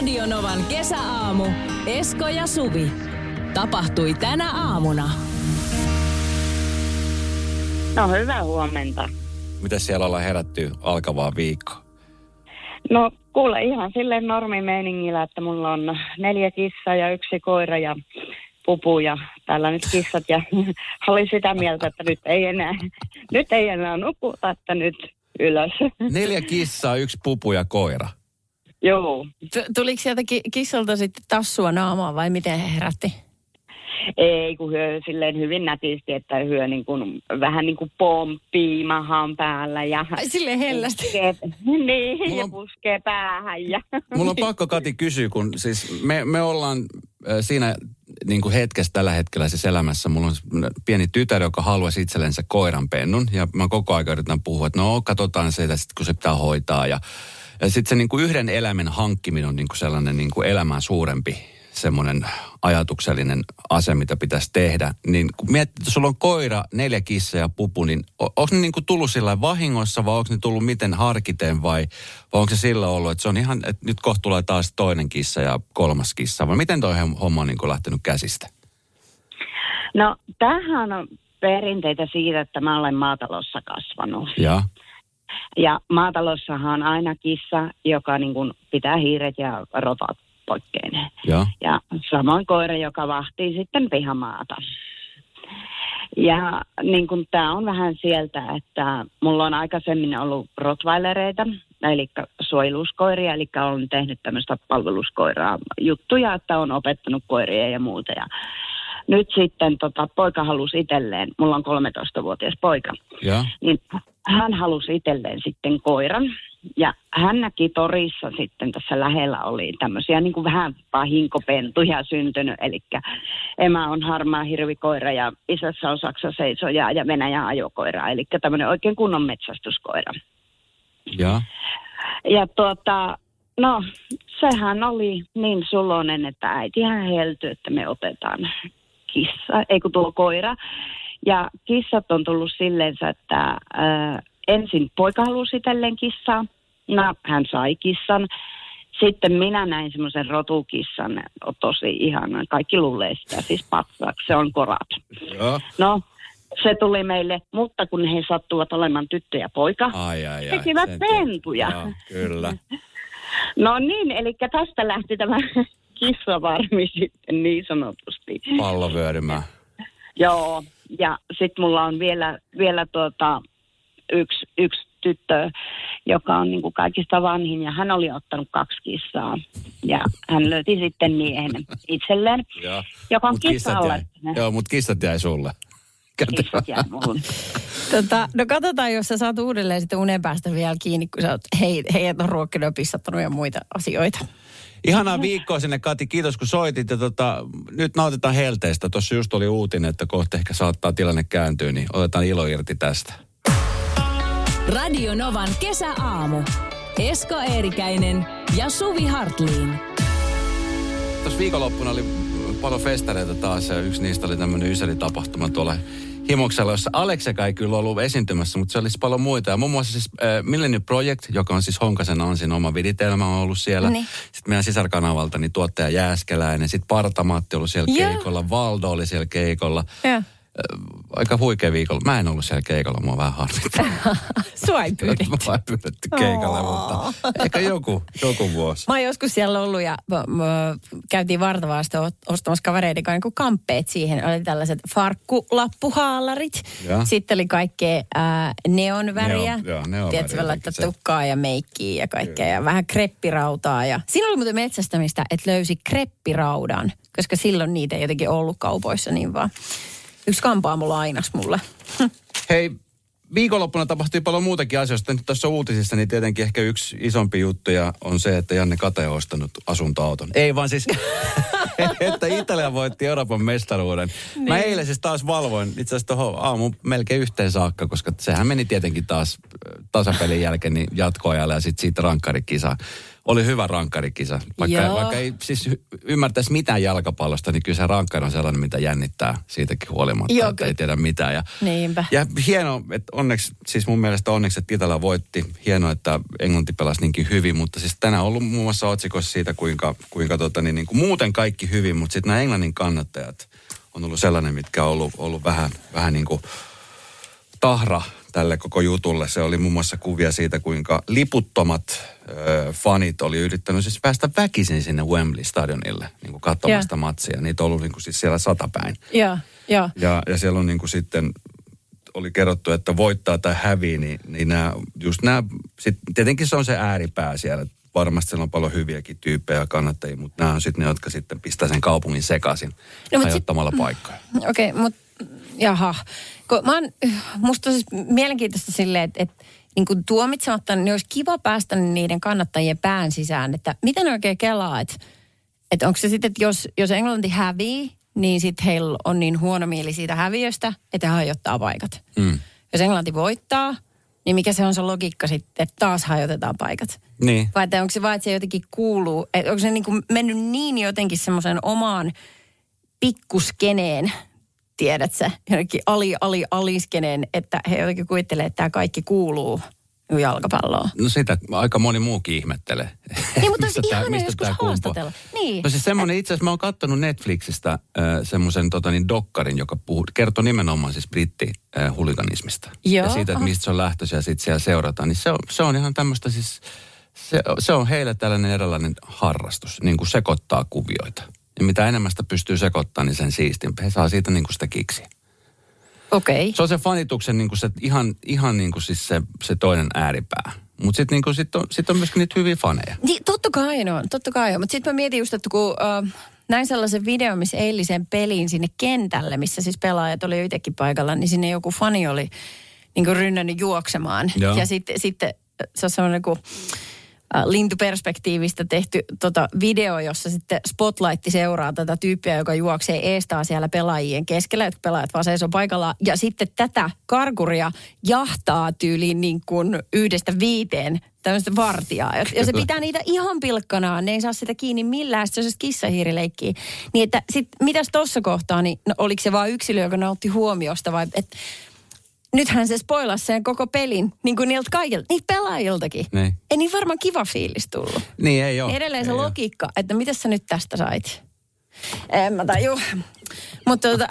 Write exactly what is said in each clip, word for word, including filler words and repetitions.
Radio Novan kesäaamu. Esko ja Suvi. Tapahtui tänä aamuna. No hyvää huomenta. Mitä siellä ollaan herätty alkavaa viikkoa? No kuule ihan silleen normimeiningillä, että mulla on neljä kissaa ja yksi koira ja pupu ja täällä nyt kissat ja oli sitä mieltä, että nyt ei enää, nyt ei enää nukuta, että nyt ylös. Neljä kissaa, yksi pupu ja koira. Joo. T- tuliko sieltä ki- kissalta sitten tassua naamaan vai miten he herätti? Ei, kun hyö silleen hyvin nätisti, että hyö niin kuin, vähän niin kuin pomppii mahan päällä ja... Ai silleen hellästi. Puskee, niin, Mulla ja on- puskee päähän ja... Mulla on pakko Kati kysyä, kun siis me, me ollaan äh, siinä niin kuin hetkessä tällä hetkellä siis elämässä. Mulla on pieni tytär, joka haluaisi itsellensä koiranpennun ja mä koko ajan yritän puhua, että no katsotaan sitä sitten, kun se pitää hoitaa. Ja, ja sitten se niin kuin yhden eläimen hankkiminen on niin kuin sellainen niin kuin elämää suurempi semmoinen ajatuksellinen ase, mitä pitäisi tehdä. Niin kun miettii, että sulla on koira, neljä kissaa ja pupu, niin onko ne niin kuin tullut sillä vahingossa vai onko ne tullut miten harkiten vai, vai onko se sillä ollut, että se on ihan, että nyt kohta tulee taas toinen kissa ja kolmas kissa vai miten toi homma on niin kuin lähtenyt käsistä? No tämähän on perinteitä siitä, että mä olen maatalossa kasvanut. Ja? Ja maataloussahan on aina kissa, joka niin kuin pitää hiiret ja rotat poikkeineen. Ja? Ja samoin koira, joka vahtii sitten pihamaata. Ja niin kuin tämä on vähän sieltä, että mulla on aikaisemmin ollut rottweilereita, eli suojeluskoiria, eli olen tehnyt tämmöistä palveluskoiraa juttuja, että on opettanut koiria ja muuta. Ja nyt sitten tota, poika halusi itselleen, mulla on kolmetoistavuotias poika, Ja? niin hän halusi itselleen sitten koiran. Ja hän näki torissa sitten, tässä lähellä oli tämmöisiä niin kuin vähän vahinkopentuja syntynyt, eli emä on harmaa hirvikoira ja isässä on Saksa seisoja ja Venäjän ajokoira, eli tämmöinen oikein kunnon metsästyskoira. Ja? Ja tuota, no sehän oli niin suloinen, että äitihän heltyi, että me otetaan kissa, ei kun tuo koira. Ja kissat on tullut silleensä, että ää, ensin poika halusi itselleen kissaa. No, hän sai kissan. Sitten minä näin semmoisen rotukissan, on tosi ihana. Kaikki luulee sitä, siis patsaksi, se on korat. Ja? No, se tuli meille, mutta kun he sattuvat olemaan tyttö ja poika, Ai, ai, ai. tekivät Sen pentuja. tiedät. Ja, kyllä. No niin, eli tästä lähti tämä kissavarmi sitten niin sanotusti. Pallo vyörymään. Joo, ja sitten mulla on vielä, vielä tuota, yksi, yksi tyttö, joka on niin kuin kaikista vanhin, ja hän oli ottanut kaksi kissaa. Ja hän löyti sitten miehen itselleen, Ja. joka on Mut kissat kissa jäi. Joo, mutta kissat jäi sulle. Kissat jää mulle. Tota, no katsotaan, jos sä saat uudelleen sitten unen päästä vielä kiinni, kun sä oot hei, heidät on ruokkinut ja pissattanut ja muita asioita. Ihanaa viikkoa sinne, Kati. Kiitos, kun soitit. Ja tota, nyt nautitaan helteestä. Tuossa just oli uutinen, että kohta ehkä saattaa tilanne kääntyä, niin otetaan ilo irti tästä. Radio Novan kesäaamu. Esko Eerikäinen ja Suvi Hartliin. Tuossa viikonloppuna oli paljon festareita taas ja yksi niistä oli tämmöinen ysäritapahtuma tuolla Himoksella, jossa Alekseka ei kyllä ollut esiintymässä, mutta se oli paljon muita. Ja muun muassa siis äh, Millennium Project, joka on siis Honkasen Ansin oma viritelmä, on ollut siellä. Niin. Sitten meidän sisarkanavalta niin tuottaja Jääskeläinen, sitten Parta-Matti oli siellä Joo. keikolla, Valdo oli siellä keikolla. Joo. Aika huikea viikolla. Mä en ollut siellä keikalla, mua vähän harmittaa. Sua ei pyydetty. Mä oon pyydetty keikalle, mutta ehkä joku, joku vuosi. Mä oon joskus siellä ollut ja mä, mä, käytiin Vartavaasta ostamassa kavereiden kanssa niin kamppeet siihen. Oli tällaiset farkkulappuhaalarit. Ja. Sitten oli kaikkea ää, neonväriä. Neo- joo, neonväriä Tiedätkö, mä laittaa se. tukkaa ja meikkiä ja kaikkea. Ja vähän kreppirautaa. Ja siinä oli muuten metsästämistä, että löysi kreppiraudan. Koska silloin niitä ei jotenkin ollut kaupoissa niin vaan. Yksi kampaamolla lainas mulle. Hei, viikonloppuna tapahtui paljon muutakin asioista. Nyt tuossa uutisissa niin tietenkin ehkä yksi isompi juttu ja on se, että Janne Kate on ostanut asuntoauton. Ei vaan siis, että Italia voitti Euroopan mestaruuden. Niin. Mä eilen siis taas valvoin itse asiassa tuohon aamun melkein yhteen saakka, koska sehän meni tietenkin taas tasapelin jälkeen niin jatkoajalle ja sitten siitä rankkarikisa oli hyvä rankkarikisa. Vaikka, vaikka ei siis ymmärtäisi mitään jalkapallosta, niin kyllä se rankkari on sellainen, mitä jännittää siitäkin huolimatta, Joo, että ei tiedä mitään. Ja, Niinpä. ja hieno, että onneksi, siis mun mielestä onneksi, että Itala voitti. Hienoa, että Englanti pelasi niinkin hyvin, mutta siis tänään on ollut muun muassa otsikossa siitä, kuinka, kuinka tota, niin, niin kuin muuten kaikki hyvin, mutta sitten nämä Englannin kannattajat on ollut sellainen, mitkä on ollut, ollut vähän, vähän niin kuin tahra tälle koko jutulle. Se oli muun muassa kuvia siitä, kuinka liputtomat ö, fanit oli yrittänyt siis päästä väkisin sinne Wembley-stadionille niin kuin katsomasta yeah. matsia. Niitä on ollut niin kuin siis siellä satapäin. Yeah, yeah. Ja, ja siellä on niin kuin sitten, oli kerrottu, että voittaa tai hävii, niin, niin nämä, just nämä, sit, tietenkin se on se ääripää siellä. Varmasti siellä on paljon hyviäkin tyyppejä ja kannattajia, mutta nämä on sitten ne, jotka sitten pistää sen kaupungin sekaisin no, hajottamalla sit, paikkoja. Okei, okay, mutta jaha. Kun mä oon, musta on siis mielenkiintoista silleen, että, että niin kuin tuomitsematta, niin olisi kiva päästä niiden kannattajien pään sisään, että miten oikein kelaa, että, että onko se sitten, että jos, jos Englanti hävii, niin sitten heillä on niin huono mieli siitä häviöstä, että he hajottaa paikat. Mm. Jos Englanti voittaa, niin mikä se on se logiikka sitten, että taas hajotetaan paikat? Niin. Vai että onko se vaan, että se jotenkin kuuluu, että onko se niin kuin mennyt niin jotenkin semmoisen omaan pikkuskeneen, tiedätkö, jonnekin ali, ali, aliskeneen, että he jotenkin kuvittelee, että tämä kaikki kuuluu jalkapalloon. No sitä aika moni muukin ihmettelee. Niin, mutta olisi ihana joskus haastatella. Niin. No siis semmoinen, itse asiassa mä oon katsonut Netflixistä äh, semmoisen tota, niin dokkarin, joka puhuu, kertoo nimenomaan siis brittihuliganismista. Äh, ja siitä, että mistä se on lähtöisin ja sitten siellä seurataan. Niin se on, se on ihan tämmöistä siis, se, se on heille tällainen erilainen harrastus, niin kuin sekoittaa kuvioita. Ja mitä enemmän sitä pystyy sekoittamaan, niin sen siistimpi. He saa siitä niin kuin sitä kiksiä. Okei. Se on se fanituksen niin kuin se, ihan, ihan niin kuin siis se, se toinen ääripää. Mutta sitten niin sit on, sit on myöskin niitä hyviä faneja. Niin, totta kai on, totta kai on. Mutta sitten mä mietin just, että kun äh, näin sellaisen videon, missä eilisen peliin sinne kentälle, missä siis pelaajat oli jo itsekin paikalla, niin sinne joku fani oli niin kuin rynnännyt juoksemaan. Joo. Ja sitten, sitten se on sellainen kuin lintuperspektiivistä tehty tota video, jossa sitten Spotlight seuraa tätä tyyppiä, joka juoksee eestaa siellä pelaajien keskellä, jotka pelaajat vaan seisoo paikallaan. Ja sitten tätä karkuria jahtaa tyyliin niin kuin yhdestä viiteen tämmöistä vartijaa. Ja se pitää niitä ihan pilkkanaan, ne ei saa sitä kiinni millään, se on se kissahiirileikkiä. Niin että sit mitäs tossa kohtaa, niin no, oliko se vaan yksilö, joka nautti huomiosta vai että nythän se spoilasi sen koko pelin, niin kuin niiltä kaikilta, niiltä pelaajiltakin. Niin. Ei niin varmaan kiva fiilis tullut. Niin, ei ole. Edelleen se ei logiikka, ole. Että mitä sä nyt tästä sait? En mä taju. Mutta tota,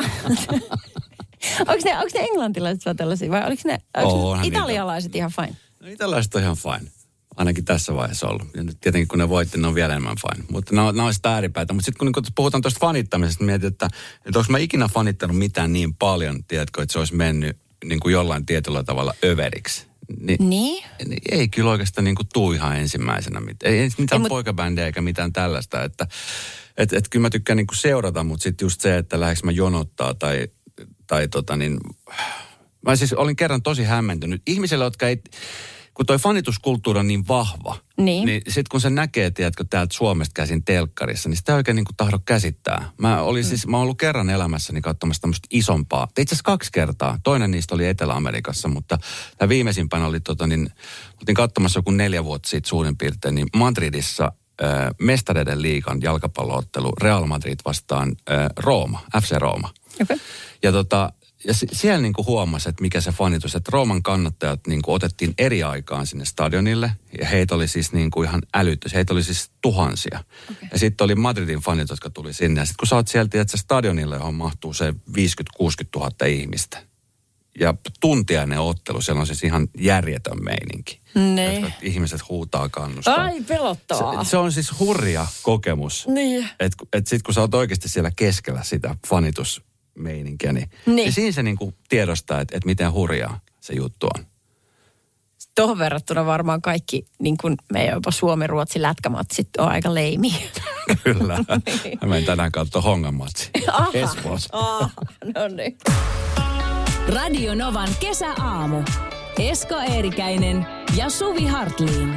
onko ne, onko ne englantilaiset vaan tällaisia vai oliko ne, oliko ne italialaiset niitä ihan fine? No italialaiset on ihan fine. Ainakin tässä vaiheessa ollut. Ja nyt tietenkin kun ne voitti, ne on vielä enemmän fine. Mutta ne on, ne on sitä ääripäätä. Mutta sitten kun, kun puhutaan tuosta fanittamisesta, niin mietin, että, että onko mä ikinä fanittanut mitään niin paljon, tiedätkö, että se olisi mennyt niin kuin jollain tietyllä tavalla överiksi. Ni, niin? Niin ei kyllä oikeastaan niin kuin tuu ihan ensimmäisenä. Ei, ei mitään ei, poikabändejä eikä mitään tällaista. Että et, et kyllä mä tykkään niin kuin seurata, mutta sitten just se, että lähdekö mä jonottaa tai, tai tota niin... Mä siis olin kerran tosi hämmentynyt. Ihmisille, jotka ei... Kun toi fanituskulttuuri on niin vahva, niin, niin sitten kun se näkee, tiedätkö, täältä Suomesta käsin telkkarissa, niin sitä ei oikein niin kuin tahdo käsittää. Mä olin mm. siis, mä oon ollut kerran elämässäni katsomassa tämmöistä isompaa, itse asiassa kaksi kertaa. Toinen niistä oli Etelä-Amerikassa, mutta tämä viimeisimpänä oli tota niin, oltiin katsomassa joku neljä vuotta siitä suurin piirtein, niin Madridissa äh, Mestareiden liigan jalkapalloottelu Real Madrid vastaan äh, Rooma, F C Rooma. Okay. Ja tota... Ja siellä niin kuin huomasi, että mikä se fanitus, että Rooman kannattajat niin kuin otettiin eri aikaan sinne stadionille. Ja heitä oli siis niin kuin ihan älyttös. Heitä oli siis tuhansia. Okay. Ja sitten oli Madridin fanit, jotka tuli sinne. Ja sitten kun sä oot sieltä, että stadionille, johon mahtuu se viisikymmentä kuusikymmentä tuhatta ihmistä. Ja tuntiainen ottelu, siellä on siis ihan järjetön meininki. Ne. Ihmiset huutaa kannustaa. Ai pelottavaa. Se, se on siis hurja kokemus. Niin. Että et sitten kun sä oot oikeasti siellä keskellä sitä fanitus meininkiä, niin, niin. niin siinä se niin kuin tiedostaa, että, että miten hurjaa se juttu on. Tuohon verrattuna varmaan kaikki, niin kuin meidän jopa Suomi-Ruotsi lätkämatsit on aika leimiä. Kyllä. Niin. Mä menen tänään katsoa Hongan matsi. Espoossa. Aha, no niin. Radio Novan kesäaamu. Esko Eerikäinen ja Suvi Hartliin.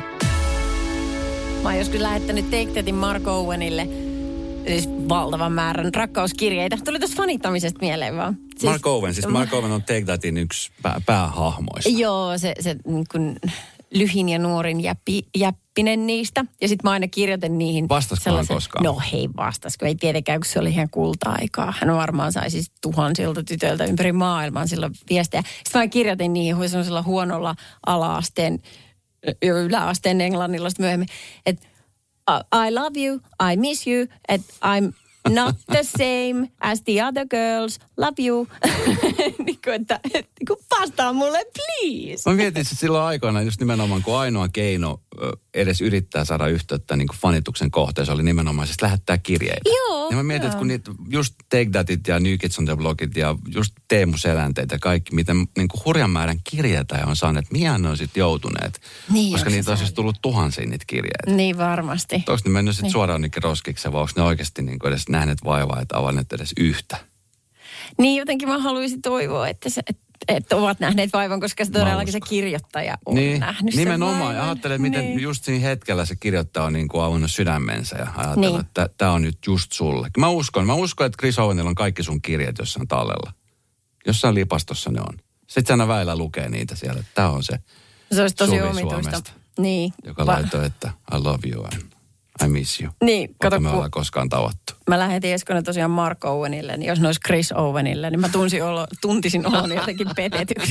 Mä oon joskus lähettänyt Take Thatin Mark Owenille siis valtavan määrän rakkauskirjeitä. Tuli tuosta fanittamisesta mieleen vaan. Siis, Mark Owen, siis Mark Owen on Take Thatin yksi pää, päähahmoista. Joo, se, se niin kuin lyhin ja nuorin jäppi, jäppinen niistä. Ja sitten mä aina kirjoitin niihin. Vastasko hän koskaan? No hei vastasko, ei tietenkään, kun se oli ihan kulta-aikaa. Hän varmaan sai siis tuhansilta tytöiltä ympäri maailmaa silloin viestejä. Sitten mä kirjoitin niihin sellaisella huonolla ala-asteen, yläasteen englannilla sitten myöhemmin, että I love you, I miss you, että I'm not the same as the other girls, love you. niin kuin, että, että kun vastaa mulle, please. Mä mietin että silloin aikoina just nimenomaan, kun ainoa keino edes yrittää saada yhteyttä niin kuin fanituksen kohteessa oli nimenomaan siis lähettää kirjeitä. Joo. Ja mä mietin, joo. että kun niitä just Take Thatit ja New Kids on the Blockit ja just Teemu Selänteet ja kaikki, miten niin kuin hurjan määrän kirjeitä on saanut, että mihin ne on sitten joutuneet. Niin, koska niitä on siis tullut tuhansia niitä kirjeitä. Niin varmasti. Onko ne mennyt sitten niin. suoraan niinkin roskiksi, vai onko ne oikeasti niin kuin edes nähneet vaivaa, että avanneet edes yhtä? Niin jotenkin mä haluaisin toivoa, että, se, että, että ovat nähneet vaivan, koska se todellakin se kirjoittaja on niin, nähnyt nimenomaan. sen vaivan. Ajattelen, miten niin. just siinä hetkellä se kirjoittaja on niin kuin avannut sydämensä ja ajatellut, niin. että tämä on nyt just sulle. Mä uskon, mä uskon, että Chris Owenilla on kaikki sun kirjat jossain tallella. Jossain lipastossa ne on. Sitten se aina väillä lukee niitä siellä, että tämä on se Se olisi tosi Suvi omituista. Suomesta, niin. joka Va- laittoi, että I love you and I miss you. Niin, kato, me kun ollaan koskaan tavattu. mä lähetin Eskonen tosiaan Mark Owenille, niin jos ne olisi Chris Owenille, niin mä tunsin olo, tuntisin oloni jotenkin petetyksi.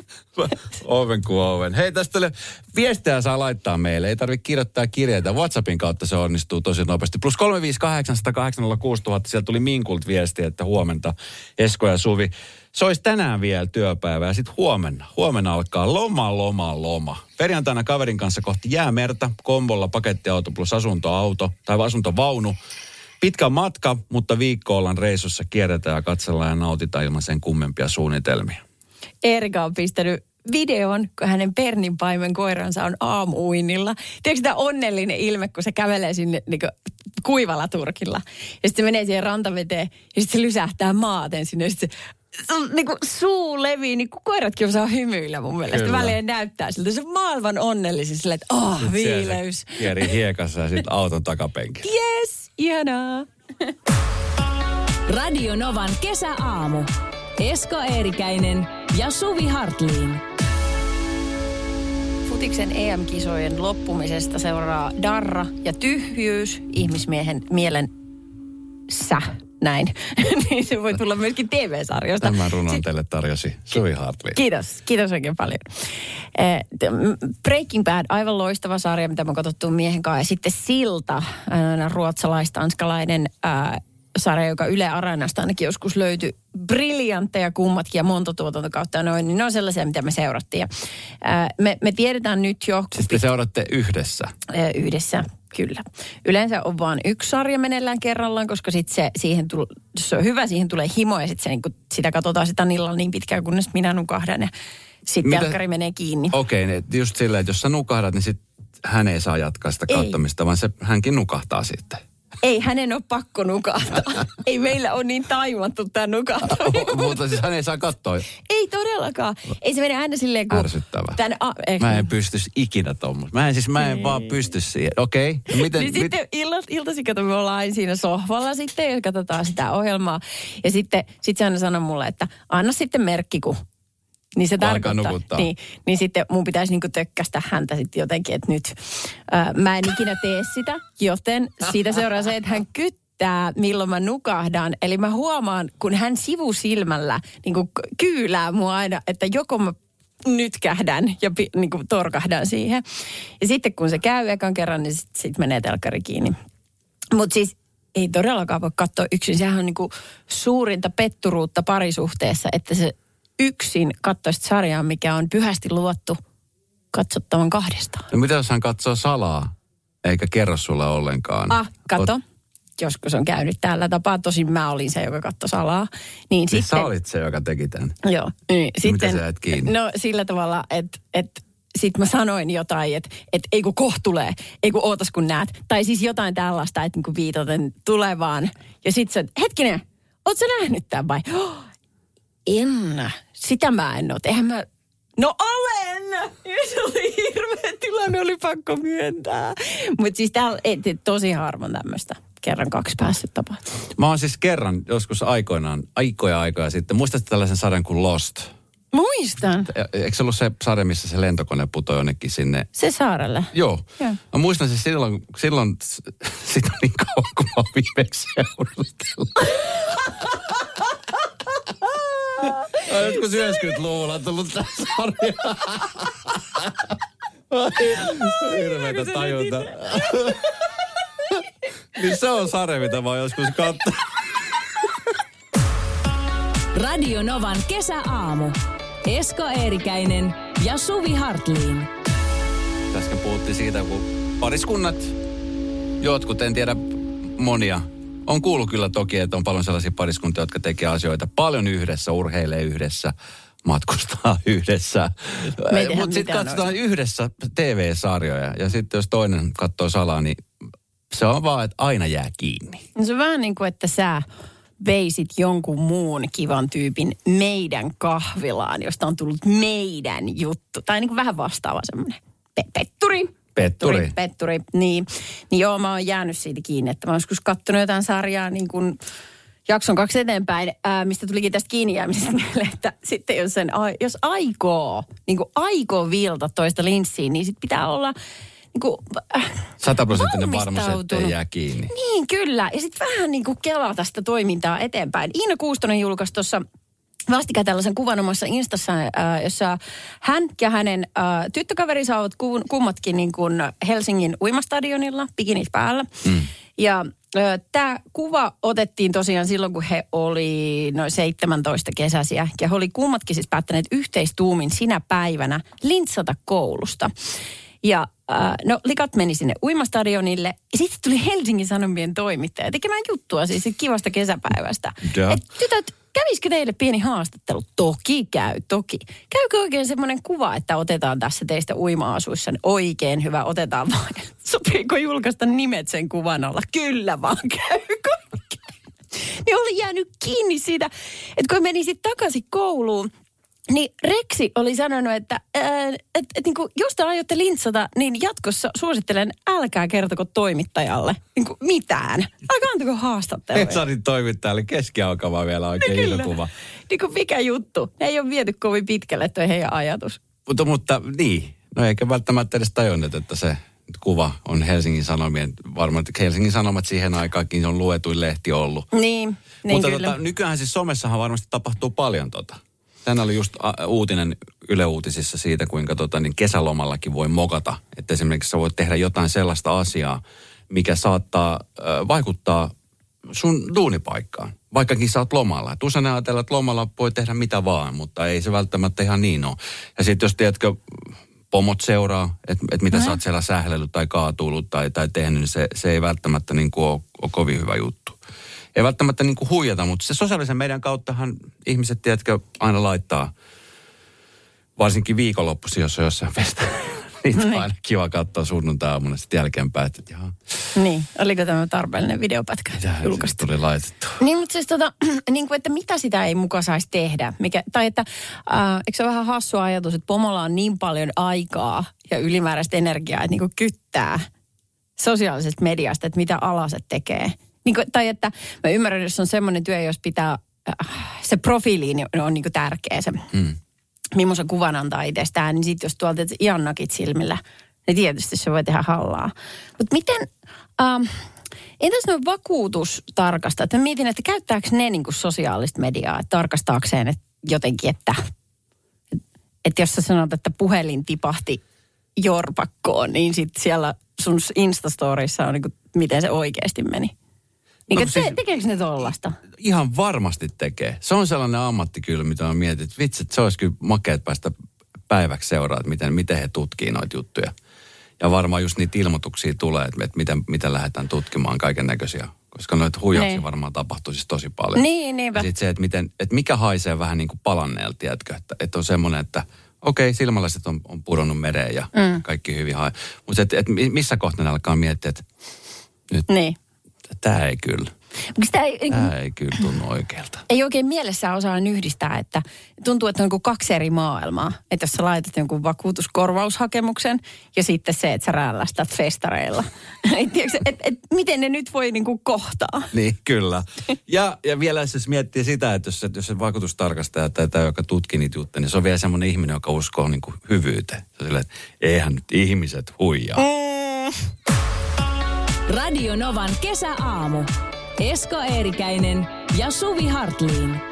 Owen kuin Owen. Hei, tästä oli, viestejä saa laittaa meille. Ei tarvitse kirjoittaa kirjeitä. WhatsAppin kautta se onnistuu tosi nopeasti. Plus kolme viisi kahdeksan nolla kahdeksan nolla kuusi nolla nolla nolla. Sieltä tuli Minkulta viestiä, että huomenta Esko ja Suvi. Se olisi tänään vielä työpäivä ja sitten huomenna. Huomenna alkaa loma, loma, loma. Perjantaina kaverin kanssa kohti Jäämerta. Kombolla pakettiauto plus asuntoauto tai asuntovaunu. Pitkä matka, mutta viikko ollaan reissussa, kierretään ja katsellaan ja nautitaan ilman sen kummempia suunnitelmia. Erika on pistänyt videon, kun hänen perninpaimen koiransa on aamuuinnilla. Tiedätkö tämä onnellinen ilme, kun se kävelee sinne niin kuin kuivalla turkilla. Ja sitten se menee siihen rantaveteen ja sitten se lysähtää maaten sinne. Ja sitten se niin kuin suu levii, niin kuin koiratkin osaa hymyillä mun mielestä. Kyllä. Väliin näyttää siltä. Se on maailman onnellisin silleen, että oh, viileys. Kierii hiekassa ja sitten auton takapenkillä. Yes, ihanaa. Radio Novan kesäaamu. Esko Eerikäinen ja Suvi Hartliin. Futiksen E M-kisojen loppumisesta seuraa darra ja tyhjyys ihmismiehen mielen sä. Näin. Niin se voi tulla myöskin T V-sarjoista. Tämän runon teille tarjosi Suvi Hartliin. Kiitos. Kiitos oikein paljon. Breaking Bad, aivan loistava sarja, mitä mä oon katsottu miehen kanssa. Ja sitten Silta, ruotsalais-tanskalainen ää, sarja, joka Yle Areenasta ainakin joskus löytyi. Briljantteja kummatkin ja monta tuotantokautta ja noin. Niin ne on sellaisia, mitä me seurattiin. Ja, ää, me, me tiedetään nyt jo... Siis te seuratte yhdessä? Ää, yhdessä. Kyllä. Yleensä on vain yksi sarja meneillään kerrallaan, koska sit se, siihen tull, se on hyvä, siihen tulee himo ja sit se, niin kun, sitä katsotaan sitä illalla niin pitkään, kunnes minä nukahdan ja sitten telkkari menee kiinni. Okei, okay, just silleen, että jos sä nukahdat, niin sit hän ei saa jatkaa sitä katsomista, vaan se, hänkin nukahtaa sitten. Ei, hänen ole pakko nukahtaa. Ei meillä ole niin taimattu tämä nukahtaminen. Mutta siis hän ei saa katsoa. Ei todellakaan. Ei se mene aina silleen kuin... Ärsyttävää. Tän, a, eh, mä en pystyisi ikinä tuommoista. Mä en siis, mä en ei. vaan pysty siihen. Okei. Okay. Miten? Niin mit... sitten illas, iltaisin, kato, me ollaan aina siinä sohvalla sitten ja katsotaan sitä ohjelmaa. Ja sitten sit se aina sanoo mulle, että anna sitten merkki, kun... Niin se tarkoittaa. Niin, niin sitten mun pitäisi niinku tökkästä häntä sitten jotenkin, että nyt ää, mä en ikinä tee sitä, joten siitä seuraa se, että hän kyttää, milloin mä nukahdan. Eli mä huomaan, kun hän sivusilmällä niinku kyylää mua aina, että joko mä nytkähdän ja pi, niinku torkahdan siihen. Ja sitten kun se käy ekan kerran, niin sitten sit menee telkkari kiinni. Mutta siis ei todellakaan voi katsoa yksin. Sehän on niinku suurinta petturuutta parisuhteessa, että se yksin katsoisit sarjaa, mikä on pyhästi luvattu katsottavan kahdestaan. No mitä jos hän katsoo salaa, eikä kerro sulle ollenkaan? Ah, kato. Ot... Joskus on käynyt tällä tapaa. Tosin mä olin se, joka katsoi salaa. Niin, niin sitten... sä olit se, joka teki tämän? Joo. Niin, no, sitten... mitä sä et kiinni? No sillä tavalla, että... että sitten mä sanoin jotain, että, että ei kun kohta tulee, ei kun ootas kun näet. Tai siis jotain tällaista, että niin kuin viitaten tulevaan. Ja sitten se, hetkinen, oot sä nähnyt tämän vai? Oh, en. Sitä mä en ole. Eihän mä... No olen! Ja se oli hirveä tilanne, oli pakko myöntää. Mutta siis täällä et, et, tosi harvoin tämmöistä. Kerran kaksi päässyt tapahtumaan. Mä oon siis kerran joskus aikoinaan, aikoja aikoja sitten, muistatko tällaisen sarjan kuin Lost? Muistan. Eikö se ollut se sarja, missä se lentokone putoi jonnekin sinne? Se saarelle. Joo. Joo. Mä muistan se silloin, silloin sitä niin kauan, kun mä oon viimeksi seurustellut. Joskus yhdeksänkymmentäluvulla on tullut tää sarja. Hirveetä tajunta. Niin se on sarja, mitä mä oon joskus kattonut. Radio Novan kesäaamu. Esko Eerikäinen ja Suvi Hartliin. Äsken puhuttiin siitä, kun pariskunnat, jotkut, en tiedä monia, on kuullut kyllä toki, että on paljon sellaisia pariskuntia, jotka tekee asioita paljon yhdessä, urheilee yhdessä, matkustaa yhdessä. Mutta sitten katsotaan noista yhdessä T V-sarjoja ja sitten jos toinen katsoo salaa, niin se on vaan, että aina jää kiinni. No se on vähän niin kuin, että sä veisit jonkun muun kivan tyypin meidän kahvilaan, josta on tullut meidän juttu. Tai niin kuin vähän vastaava semmoinen. Pe- petturi. Petturi. Petturi, niin. Niin joo, mä oon jäänyt siitä kiinni, että mä oon joskus kattonut jotain sarjaa niin kuin jakson kaksi eteenpäin, ää, mistä tulikin tästä kiinni jäämisestä mieleen, että sitten jos, sen, jos aikoo, niin kuin aikoo viilata toista linssiin, niin sit pitää olla niin kuin sataprosenttinen varmuus, ettei jää kiinni. Niin, kyllä. Ja sitten vähän niin kuin kelata sitä toimintaa eteenpäin. Iina Kuustonen julkaisi tuossa vastikään tällaisen kuvan omassa Instassa, äh, jossa hän ja hänen äh, tyttökaverinsa ovat ku, kummatkin niin kuin Helsingin uimastadionilla, bikinit päällä. Mm. Ja äh, tämä kuva otettiin tosiaan silloin, kun he oli noin seitsemäntoista kesäisiä. Ja he oli kummatkin siis päättäneet yhteistuumin sinä päivänä lintsata koulusta. Ja äh, no likat meni sinne uimastadionille ja sitten tuli Helsingin Sanomien toimittaja tekemään juttua siis kivasta kesäpäivästä. Et tytöt, kävisikö teille pieni haastattelu? Toki käy, toki. Käykö oikein semmoinen kuva, että otetaan tässä teistä uima-asuissa oikein hyvä, otetaan vaan. Sopiiko julkaista nimet sen kuvan alla? Kyllä vaan käykö. Niin oli jäänyt kiinni siitä, että kun meni sitten takaisin kouluun, niin Reksi oli sanonut, että ää, et, et, niin kuin, jos te aiotte lintsata, niin jatkossa suosittelen, älkää kertoko toimittajalle niin kuin mitään. Älkää antako haastatteluja. Hesari toimittajalle keskialkava vielä oikein no, iso kuva. Niin kuin mikä juttu. Ne ei ole viety kovin pitkälle, toi heidän ajatus. Mutta, mutta niin, no eikä välttämättä edes tajunnut, että se kuva on Helsingin Sanomien, varmaan Helsingin Sanomat siihen aikaankin on luetuin lehti ollut. Niin, niin mutta kyllä. Tota, nykyään siis somessahan varmasti tapahtuu paljon tota. Tänään oli just uutinen Yle Uutisissa siitä, kuinka tota, niin kesälomallakin voi mokata. Että esimerkiksi sä voit tehdä jotain sellaista asiaa, mikä saattaa äh, vaikuttaa sun duunipaikkaan. Vaikkakin sä oot lomalla. Et usein ajatellaan, että lomalla voi tehdä mitä vaan, mutta ei se välttämättä ihan niin ole. Ja sitten jos tiedätkö, pomot seuraa, että et mitä mm. sä oot siellä sählellyt tai kaatuillut tai, tai tehnyt, niin se, se ei välttämättä niin kuin ole, ole kovin hyvä juttu. Ei välttämättä niin kuin huijata, mutta se sosiaalisen median kauttahan ihmiset, tiedätkö, aina laittaa, varsinkin viikonloppuisin, jos on jossain festa. Niitä on aina kiva katsoa sunnuntai-aamuna sitten jälkeenpäin, että jaha. Niin, oliko tämä tarpeellinen videopätkä julkaistu? Tuli laitettu. Niin, mutta siis tota, niin kuin, että mitä sitä ei muka saisi tehdä? Mikä, tai että, äh, eikö se ole vähän hassu ajatus, että pomolla on niin paljon aikaa ja ylimääräistä energiaa, että niin kuin kyttää sosiaalisesta mediasta, että mitä alaset tekee. Niin kuin, tai että mä ymmärrän, jos on semmoinen työ, jos pitää, äh, se profiili on, on niin kuin tärkeä, se mm. millaisen kuvan antaa itsestään, niin sitten jos tuolta ihan nakit silmillä, niin tietysti se voi tehdä hallaa. Mutta miten, ähm, entäs noin vakuutustarkastajat? Mä mietin, että käyttääkö ne niin kuin sosiaalista mediaa, että tarkastaakseen että jotenkin, että, että jos sä sanot, että puhelin tipahti jorpakkoon, niin sitten siellä sun Instastorissa on niin kuin, miten se oikeasti meni. Niin, no, te, siis, tekeekö ne tollasta? Ihan varmasti tekee. Se on sellainen ammatti kyllä, mitä mä mietin, että vitsi, että se olisi kyllä makeat päästä päiväksi seuraa, että miten, miten he tutkii noita juttuja. Ja varmaan just niitä ilmoituksia tulee, että, että miten, miten lähdetään tutkimaan kaiken näköisiä. Koska noita huijauksia niin varmaan tapahtuu siis tosi paljon. Niin, niinpä. Ja sitten se, että, miten, että mikä haisee vähän niin kuin palanneelta, tiedätkö? Että, että on semmoinen, että okei, silmäläiset on, on pudonnut mereen ja mm. kaikki hyvin haisee. Mutta että, että missä kohtaa ne alkaa miettiä, että nyt... Niin. Tämä ei kyllä. Sitä ei, niin kuin, Tämä ei kyllä tunnu oikealta. ei oikein mielessään osaa yhdistää, että tuntuu, että on niin kuin kaksi eri maailmaa. Että jos sä laitat jonkun vakuutuskorvaushakemuksen ja sitten se, että sä räälästät festareilla. et, tiiäks, et, et, miten ne nyt voi niin kuin kohtaa? Niin, kyllä. Ja, ja vielä jos miettii sitä, että jos, jos se vakuutustarkastaja tai tämä, joka tutkii niitä juttuja, niin se on vielä semmoinen ihminen, joka uskoo niin kuin hyvyyteen. Se on silleen, että eihän nyt ihmiset huijaa. Mm. Radio Novan kesäaamu. Esko Eerikäinen ja Suvi Hartliin.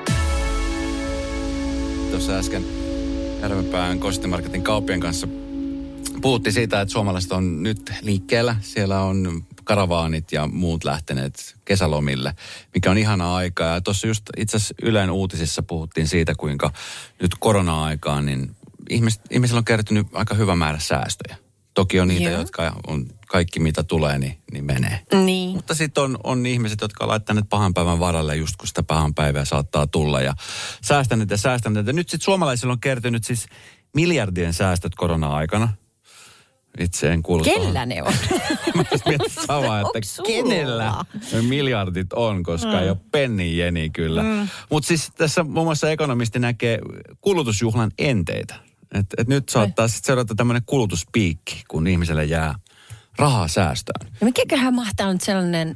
Tuossa äsken Järvenpään Kostimarketin kauppien kanssa puhuttiin siitä, että suomalaiset on nyt liikkeellä. Siellä on karavaanit ja muut lähteneet kesälomille, mikä on ihanaa aikaa. Ja tuossa just itse asiassa Ylen uutisissa puhuttiin siitä, kuinka nyt korona-aikaan niin ihmis, ihmisillä on kertynyt aika hyvä määrä säästöjä. Toki on niitä, Joo. jotka on kaikki mitä tulee, niin, niin menee. Niin. Mutta sitten on, on ihmiset, jotka on laittaneet pahan päivän varalle just kun sitä pahan päivää saattaa tulla ja säästäneet ja säästäneet. Ja nyt sitten suomalaisilla on kertynyt siis miljardien säästöt korona-aikana. Itse en kuulu Kellä tuohon. ne on? Mä mietin samaa, että kenellä ne miljardit on, koska mm. ei ole pennin jeni kyllä. Mm. Mutta siis tässä muun muassa ekonomisti näkee kulutusjuhlan enteitä. Että et nyt saattaa sitten seurata tämmöinen kulutuspiikki, kun ihmiselle jää rahaa säästöön. No mikäköhän mahtaa nyt sellainen,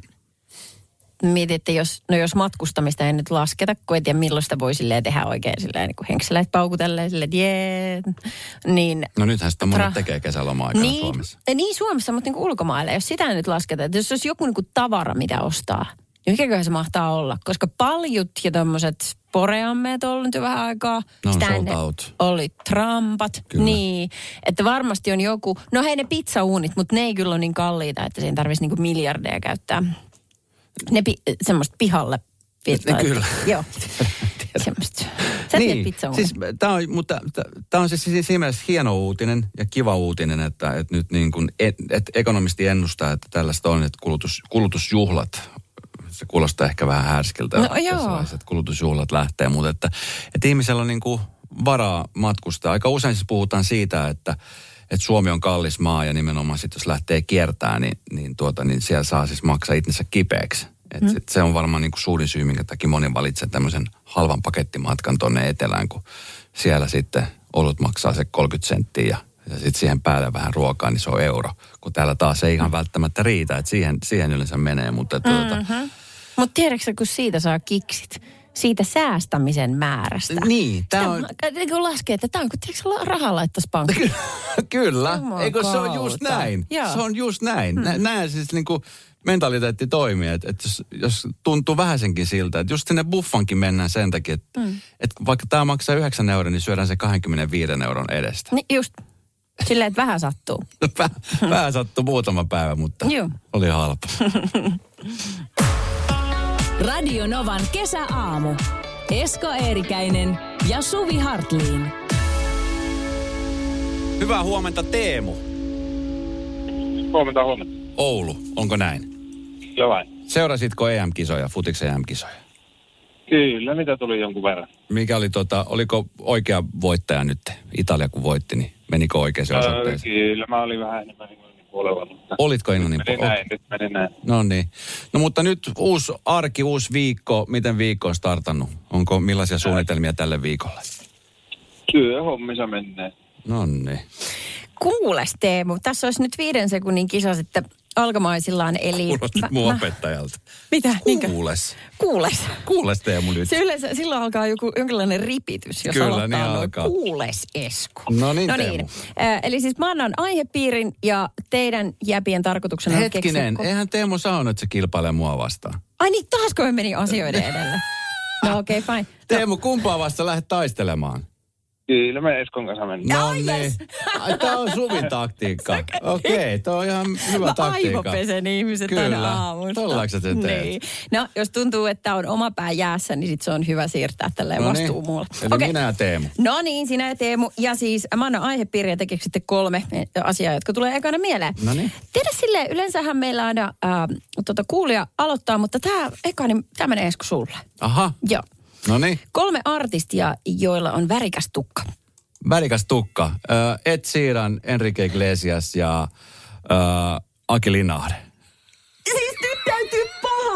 mietin, että jos, no jos matkustamista ei nyt lasketa, kun ei tiedä milloin sitä voi silleen tehdä oikein silleen niin kuin henkseläit paukutelleen silleen, että jee, niin. No nythän sitä monet tra- tekee kesäloma-aikana niin, Suomessa. Niin Suomessa, mutta niin kuin ulkomailla, jos sitä ei nyt lasketa, että jos olisi joku niin kuin tavara, mitä ostaa, niin mikäköhän se mahtaa olla? Koska paljut ja tommoset poreammeet on ollut nyt jo vähän aikaa. No on sitä sold out. Oli trampat. Kyllä. Niin, että varmasti on joku, no hei ne pizzauunit, mutta ne ei kyllä ole niin kalliita, että siinä tarvitsisi niinku miljardeja käyttää. Ne pi, semmoista pihalle. Ne kyllä. Joo. Semmoista. Sä niin, tiedät pizzauunit. siis tämä on, mutta tämä on siis siinä mielessä hieno uutinen ja kiva uutinen, että, että nyt niin kuin, et, että ekonomisti ennustaa, että tällaista on, että kulutus, kulutusjuhlat, se kuulostaa ehkä vähän härskiltä, no, että sellaiset kulutusjuhlat lähtee, mutta että, että ihmisellä on niin kuin varaa matkustaa. Aika usein siis puhutaan siitä, että, että Suomi on kallis maa ja nimenomaan sitten jos lähtee kiertämään, niin, niin, tuota, niin siellä saa siis maksaa itsensä kipeäksi. Et, mm. et se on varmaan niin kuin suurin syy, minkä takia moni valitsee tämmöisen halvan pakettimatkan tuonne etelään, kun siellä sitten olut maksaa se kolmekymmentä senttiä ja, ja sitten siihen päälle vähän ruokaa, niin se on euro. Kun täällä taas ei ihan välttämättä riitä, että siihen, siihen yleensä menee, mutta tuota, mm-hmm. Mutta tiedätkö, kun siitä saa kiksit? Siitä säästämisen määrästä. Niin, tämä on... Niin kun laskee, että tämä on, kun tiedätkö, rahaa laittaisi pankkiin. Kyllä, eikö se on just näin? Joo. Se on just näin. Hmm. Näin siis niin kuin mentaliteetti toimii, että, että jos, jos tuntuu vähäsenkin siltä, että just sinne buffankin mennään sen takia, että, hmm. että vaikka tämä maksaa yhdeksän euroa, niin syödään se kaksikymmentäviisi euron edestä. Niin just. Silleen, että vähän sattuu. Väh, vähän sattuu muutama päivä, mutta Joo. oli halpa. Radio Novan kesäaamu. Esko Eerikäinen ja Suvi Hartliin. Hyvää huomenta, Teemu. Huomenta, huomenta. Oulu, onko näin? Joo vain. Seurasitko E M-kisoja, futiksen E M-kisoja? Kyllä, mitä tuli jonkun verran. Mikä oli tota, oliko oikea voittaja nyt? Italia kun voitti, niin menikö oikeaan osoitteeseen? Kyllä, mä olin vähän enemmän englannin puolella. Mutta olitko englannin puolella? Meni näin, nyt meni näin. No niin. No mutta nyt uusi arki, uusi viikko. Miten viikko on startannut? Onko millaisia suunnitelmia tälle viikolle? Työhommissa menee. No niin. Kuules Teemu, tässä olisi nyt viiden sekunnin kisa sitten alkamaisillaan, eli... Kuulostit mun opettajalta. Mitä? Kuules. Kuules. Kuules Teemu nyt. Se yleensä, silloin alkaa joku, jonkinlainen ripitys, jos Kyllä, aloittaa niin noin. alkaa. Kuules Esko. No niin, no Teemu. niin. Äh, eli siis mä annan aihepiirin ja teidän jäpien tarkoituksena on Hetkinen, keksiä... eihän Teemu sanonut, että se kilpailee mua vastaan. Ai niin, taasko me meni asioiden edelle? No okei, okay, fine. Teemu, kumpaa vasta lähdet taistelemaan? Kyllä me Eskon kanssa mennään. No niin. Tämä on Suvin taktiikka. Okei, okay, tuo on ihan hyvä mä taktiikka. Mä aivopesen ihmiset tänä aamusta. Tollaanko sä te teet? Niin. No, jos tuntuu, että on oma pää jäässä, niin sit se on hyvä siirtää tälleen no vastuu niin. muulle. Eli okay. minä ja Teemu. No niin, sinä ja Teemu. Ja siis mä annan aihepiiriä tekeekö sitten kolme asiaa, jotka tulee ekana mieleen. No niin. Tiedä silleen, yleensähän meillä aina äh, tota, kuulija aloittaa, mutta tää eka, niin tää menee Esko sulle. Aha. Joo. No niin. Kolme artistia, joilla on värikäs tukka. Värikäs tukka. Äh, Ed Sheeran, Enrique Iglesias ja äh, Aki Linnahde. Siis nyt täytyy paha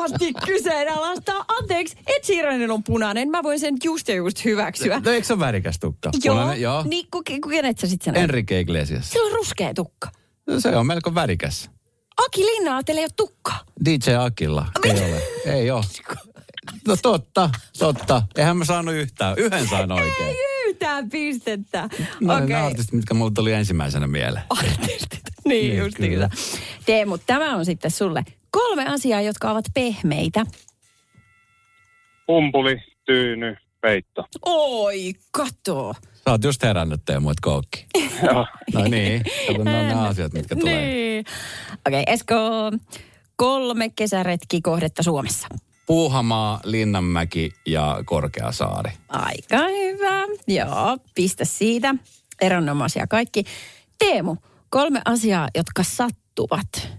vapaasti kyseenalaistaa. Anteeksi, Ed Sheeranin on punainen. Mä voin sen just ja just hyväksyä. No eikö se ole värikäs tukka? Joo, Punainen, joo. Niin, ku, ku, kenet sä sit sen Enrique Iglesias. Sillä on ruskea tukka. No, se on melko värikäs. Aki Linnalla teillä ei ole tukkaa. D J Akilla. Ei ole. Ei ole. No totta, totta. Eihän mä saanut yhtään. Yhden sain oikein. Ei yhtään pistettä. No Okei. ne artistit, mitkä mulle tuli ensimmäisenä mieleen. Artistit. Niin, Niin, justiinsa. Teemu, tämä on sitten sulle kolme asiaa, jotka ovat pehmeitä. Pumpuli, tyyny, peitto. Oi, kato. Sä oot just herännyt Teemu, et koukki. Joo. No niin, kato, ne on ne asiat, mitkä tulee. Niin. Okei, okay, Esko, kolme kesäretkikohdetta Suomessa. Puuhamaa, Linnanmäki ja Korkeasaari. Aika hyvä. Joo, pistä siitä. Erinomaisia kaikki. Teemu, kolme asiaa, jotka sattuvat.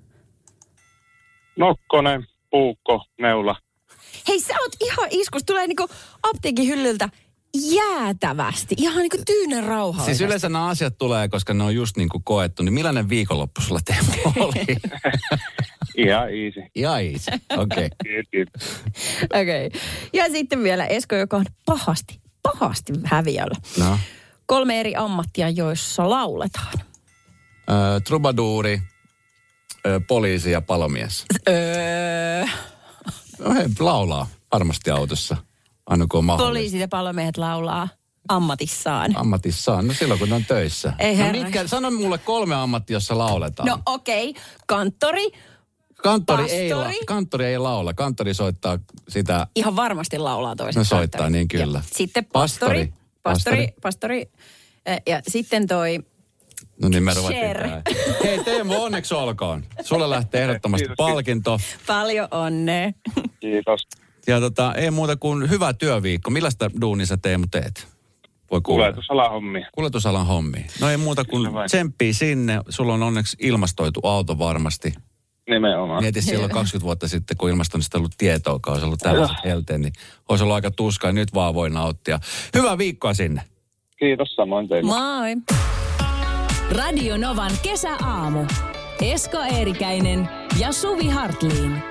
Nokkonen, puukko, neula. Hei, sä oot ihan iskus. Tulee niinku apteekin hyllyltä jäätävästi. Ihan niinku tyynen rauhallisesti. Siis yleensä nämä asiat tulee, koska ne on just niin kuin koettu. Niin millainen viikonloppu sulla Teemu oli? Ihan easy. Ihan easy. Okei. Kiitos, kiitos. Okei. Okay. Ja sitten vielä Esko, joka on pahasti, pahasti häviöllä. No. Kolme eri ammattia, joissa lauletaan. Ö, trubaduuri, ö, poliisi ja palomies. Öö, No he laulaa varmasti autossa, aina kun on mahdollista. poliisit ja palomiehet laulaa ammatissaan. Ammatissaan, no silloin kun ne on töissä. Ei no herra. mitkä, sano mulle kolme ammattia, jossa lauletaan. No okei, okay. Kanttori, Kanttori ei, la, pastori. kanttori ei laula, kanttori soittaa sitä, ihan varmasti laulaa toiset. no soittaa kanttorit. niin kyllä. Ja sitten pastori, Pastori. pastori, pastori, pastori ja sitten toi No niin me ruvettiin Cher. tää. Hei Teemu, onneksi olkoon. Sulle lähtee ehdottomasti Kiitos, palkinto. paljon onnea. Kiitos. Ja tota, ei muuta kuin hyvä työviikko. Millaista duunia sä Teemu teet? Voi kuulla. Kuljetusalan hommia. Kuljetusalan hommia. No ei muuta kuin Kyllä vain. tsemppii sinne. Sulla on onneksi ilmastoitu auto varmasti. Nimenomaan. Mieti silloin kaksikymmentä vuotta sitten, kun ilmastoinnista ei ollut tietoakaan, olisi ollut tällaiset helteen, niin olisi ollut aika tuskaa ja nyt vaan voi nauttia. Hyvää viikkoa sinne. Kiitos samoin teille. Moi. Radio Novan kesäaamu. Esko Eerikäinen ja Suvi Hartliin.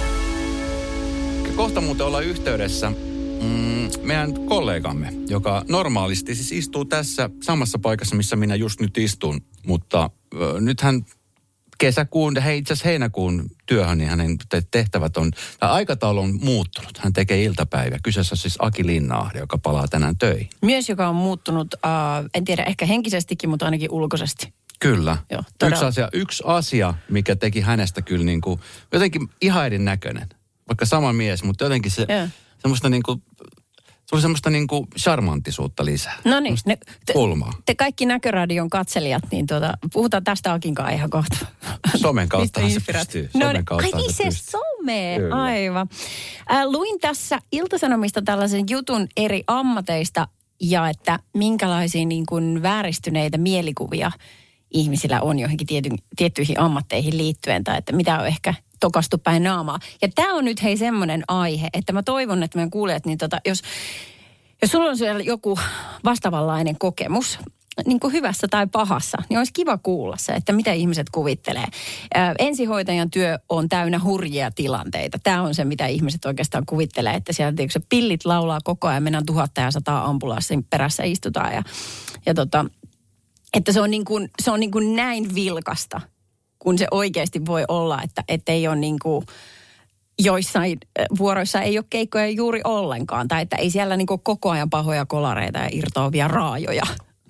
Kohta muuten ollaan yhteydessä mm, meidän kollegamme, joka normaalisti siis istuu tässä samassa paikassa, missä minä just nyt istun. Mutta ö, nyt hän kesäkuun, hei itse asiassa heinäkuun työhön, niin hänen tehtävät on, tämä aikataulu on muuttunut. Hän tekee iltapäivä. Kyseessä on siis Aki Linna-Ahde, joka palaa tänään töihin. Mies, joka on muuttunut, uh, en tiedä, ehkä henkisestikin, mutta ainakin ulkoisesti. Kyllä. Joo, yksi, todella. asia, yksi asia, mikä teki hänestä kyllä niin kuin, jotenkin ihan erinäköinen. Vaikka sama mies, mutta jotenkin se, Joo. semmoista niin kuin, se oli semmoista niin kuin charmantisuutta lisää. No niin, Semmoista ne, te, kulmaa. te kaikki Näköradion katselijat, niin tuota, puhutaan tästä Akinkaan ihan kohta. Somen kauttahan Mistä se inspiraat- pystyy. No Somen niin, ai kauttahan niin se pystyy. some, Kyllä. aivan. Äh, luin tässä Ilta-Sanomista tällaisen jutun eri ammateista ja että minkälaisia niin kuin vääristyneitä mielikuvia ihmisillä on johonkin tiety, tiettyihin ammatteihin liittyen tai että mitä on ehkä tokastu päin naamaa. Ja tämä on nyt hei semmoinen aihe, että mä toivon, että meidän kuulijat, niin tota, jos, jos sulla on siellä joku vastaavanlainen kokemus, niin kuin hyvässä tai pahassa, niin olisi kiva kuulla se, että mitä ihmiset kuvittelee. Ää, ensihoitajan työ on täynnä hurjia tilanteita. Tämä on se, mitä ihmiset oikeastaan kuvittelee, että siellä tietysti pillit laulaa koko ajan, mennään tuhatta ja sataa ambulanssin perässä istutaan ja, ja tota, että se on, niin kuin, se on niin kuin näin vilkasta, kun se oikeasti voi olla, että, että ei ole niin kuin joissain vuoroissa ei ole keikkoja juuri ollenkaan. Tai että ei siellä niin kuin koko ajan pahoja kolareita ja irtoavia raajoja.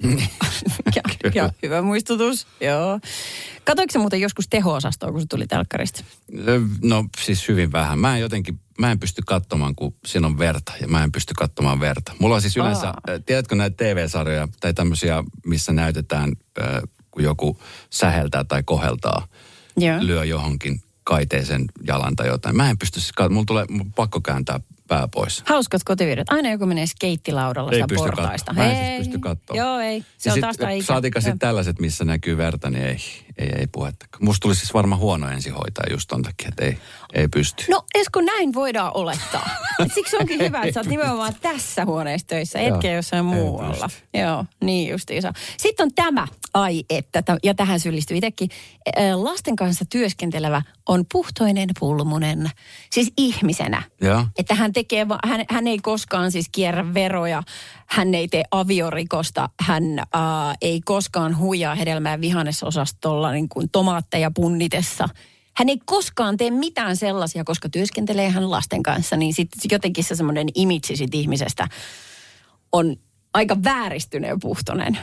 ja, ja hyvä muistutus, joo. Katoiko sä muuten joskus teho-osastoa, kun se tuli telkkarista? No siis hyvin vähän. Mä en jotenkin, mä en pysty katsomaan, kun siinä on verta ja mä en pysty katsomaan verta. Mulla on siis yleensä, Aa. tiedätkö näitä T V-sarjoja tai tämmöisiä, missä näytetään, äh, kun joku säheltää tai koheltaa, Joo. lyö johonkin kaiteisen jalan tai jotain. Mä en pysty siis katsomaan, mulla tulee mun pakko kääntää pää pois. Hauskat kotivideot. Aina joku menee skeittilaudalla Ei sitä pysty portaista. katsomaan. Mä en siis pysty katsomaan. Joo, ei. Se Ja on sit, taas tämä ikä. saatika Joo. sitten tällaiset, missä näkyy verta, niin ei, ei, ei puhettakaan. Musta tuli siis varmaan huono ensihoitaja just ton takia, että ei, ei pysty. No Esko, näin voidaan olettaa. Et siksi onkin hyvä, että sä oot nimenomaan tässä huoneessa töissä, etkä jossain muualla. Joo, niin justiinsa. Sitten on tämä, ai että, ja tähän syyllistyy itsekin. Lasten kanssa työskentelevä on puhtoinen pulmunen, siis ihmisenä. Ja. Että hän tekee, hän, hän ei koskaan siis kierrä veroja, hän ei tee aviorikosta, hän ää, ei koskaan huijaa hedelmä- ja vihannesosastolla niin kuin tomaatteja punnitessa. Hän ei koskaan tee mitään sellaisia, koska työskentelee hän lasten kanssa, niin sitten jotenkin se semmoinen imitsi sit ihmisestä on aika vääristyneen puhtoinen.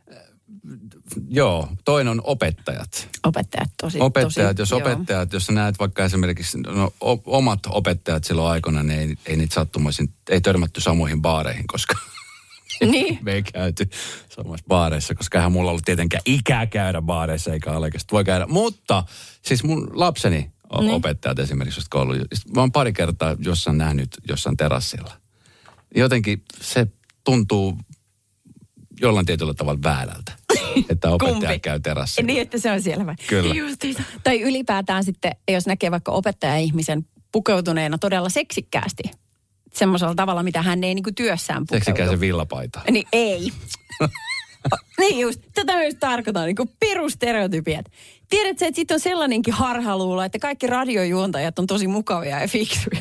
Joo, toinen on opettajat. Opettajat tosi, Opettajat, tosi, jos joo. opettajat, jos sä näet vaikka esimerkiksi no, o, omat opettajat silloin aikana, niin ei, ei niitä sattumoisin, ei törmätty samoihin baareihin, koska niin. me ei käyty samassa baareissa, koska eihän mulla ollut tietenkään ikää käydä baareissa, eikä alekasta voi käydä. Mutta siis mun lapseni o- niin. opettajat esimerkiksi, josta koulu, mä oon pari kertaa jossain nähnyt jossain terassilla. Jotenkin se tuntuu jollain tietyllä tavalla väärältä, että opettaja käy terassilla. Niin, että se on siellä vai? Kyllä. Justiinsa. Tai ylipäätään sitten, jos näkee vaikka opettaja-ihmisen pukeutuneena todella seksikkäästi. Semmoisella tavalla, mitä hän ei niinku työssään pukeudu. Seksikäisen villapaita. Niin ei. Niin just, tätä myös tarkoitan, niin kuin perustereotypiat. Tiedätkö, että sitten on sellainenkin harhaluulo, että kaikki radiojuontajat on tosi mukavia ja fiksuja.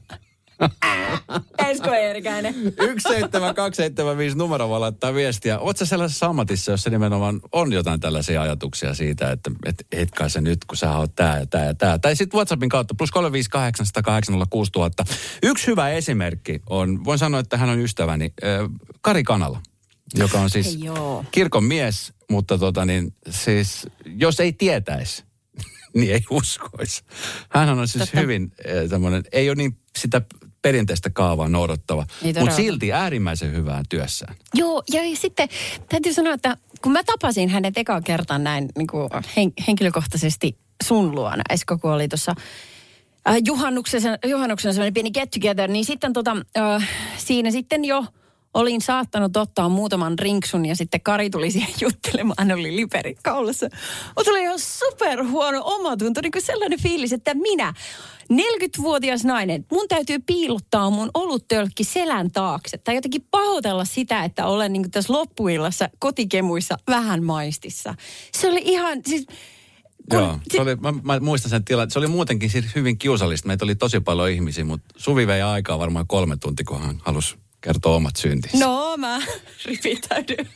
Esko Eerikäinen. yksi seitsemän kaksi seitsemän viisi numero voi laittaa viestiä. Oletko sä sellaisessa ammatissa, jossa nimenomaan on jotain tällaisia ajatuksia siitä, että et, et kai se nyt, kun sä oot tää ja tää ja tää. Tai sitten WhatsAppin kautta plus kolme viisi kahdeksan nolla kahdeksan nolla kuusi nolla nolla nolla. Yksi hyvä esimerkki on, voin sanoa, että hän on ystäväni, äh, Kari Kanala, joka on siis kirkon mies, mutta tota niin, siis jos ei tietäisi, niin ei uskoisi. Hän on siis Totta. hyvin äh, tämmöinen, ei ole niin sitä perinteistä kaavaa noudattava, mutta silti äärimmäisen hyvää työssään. Joo, ja sitten täytyy sanoa, että kun mä tapasin hänet eka kertaan näin niin kuin hen- henkilökohtaisesti sun luona, Esko, kun oli tuossa äh, juhannuksena, juhannuksena sellainen pieni get together, niin sitten tota, äh, siinä sitten jo olin saattanut ottaa muutaman rinksun ja sitten Kari tuli siihen juttelemaan. Hän oli liperit kaulassa. Mutta oli ihan super huono omatunto. Niin kuin sellainen fiilis, että minä, neljäkymmentävuotias nainen, mun täytyy piilottaa mun oluttölkki selän taakse. Tai jotenkin pahoitella sitä, että olen niin kuin tässä loppuillassa kotikemuissa vähän maistissa. Se oli ihan siis... Kun, Joo, se oli, mä, mä muistan sen tilan. Se oli muutenkin siis hyvin kiusallista. Meitä oli tosi paljon ihmisiä, mutta Suvi vei aikaa varmaan kolme tuntia, kun hän halusi kertoo omat syntinsä. No, mä ripitäydyn.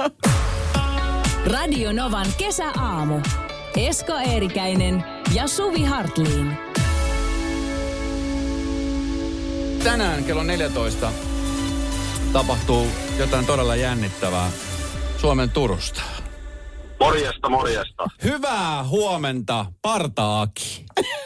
Radio Novan kesäaamu. Esko Eerikäinen ja Suvi Hartliin. Tänään kello neljätoista tapahtuu jotain todella jännittävää Suomen Turusta. Morjesta, morjesta. Hyvää huomenta, Parta-Aki.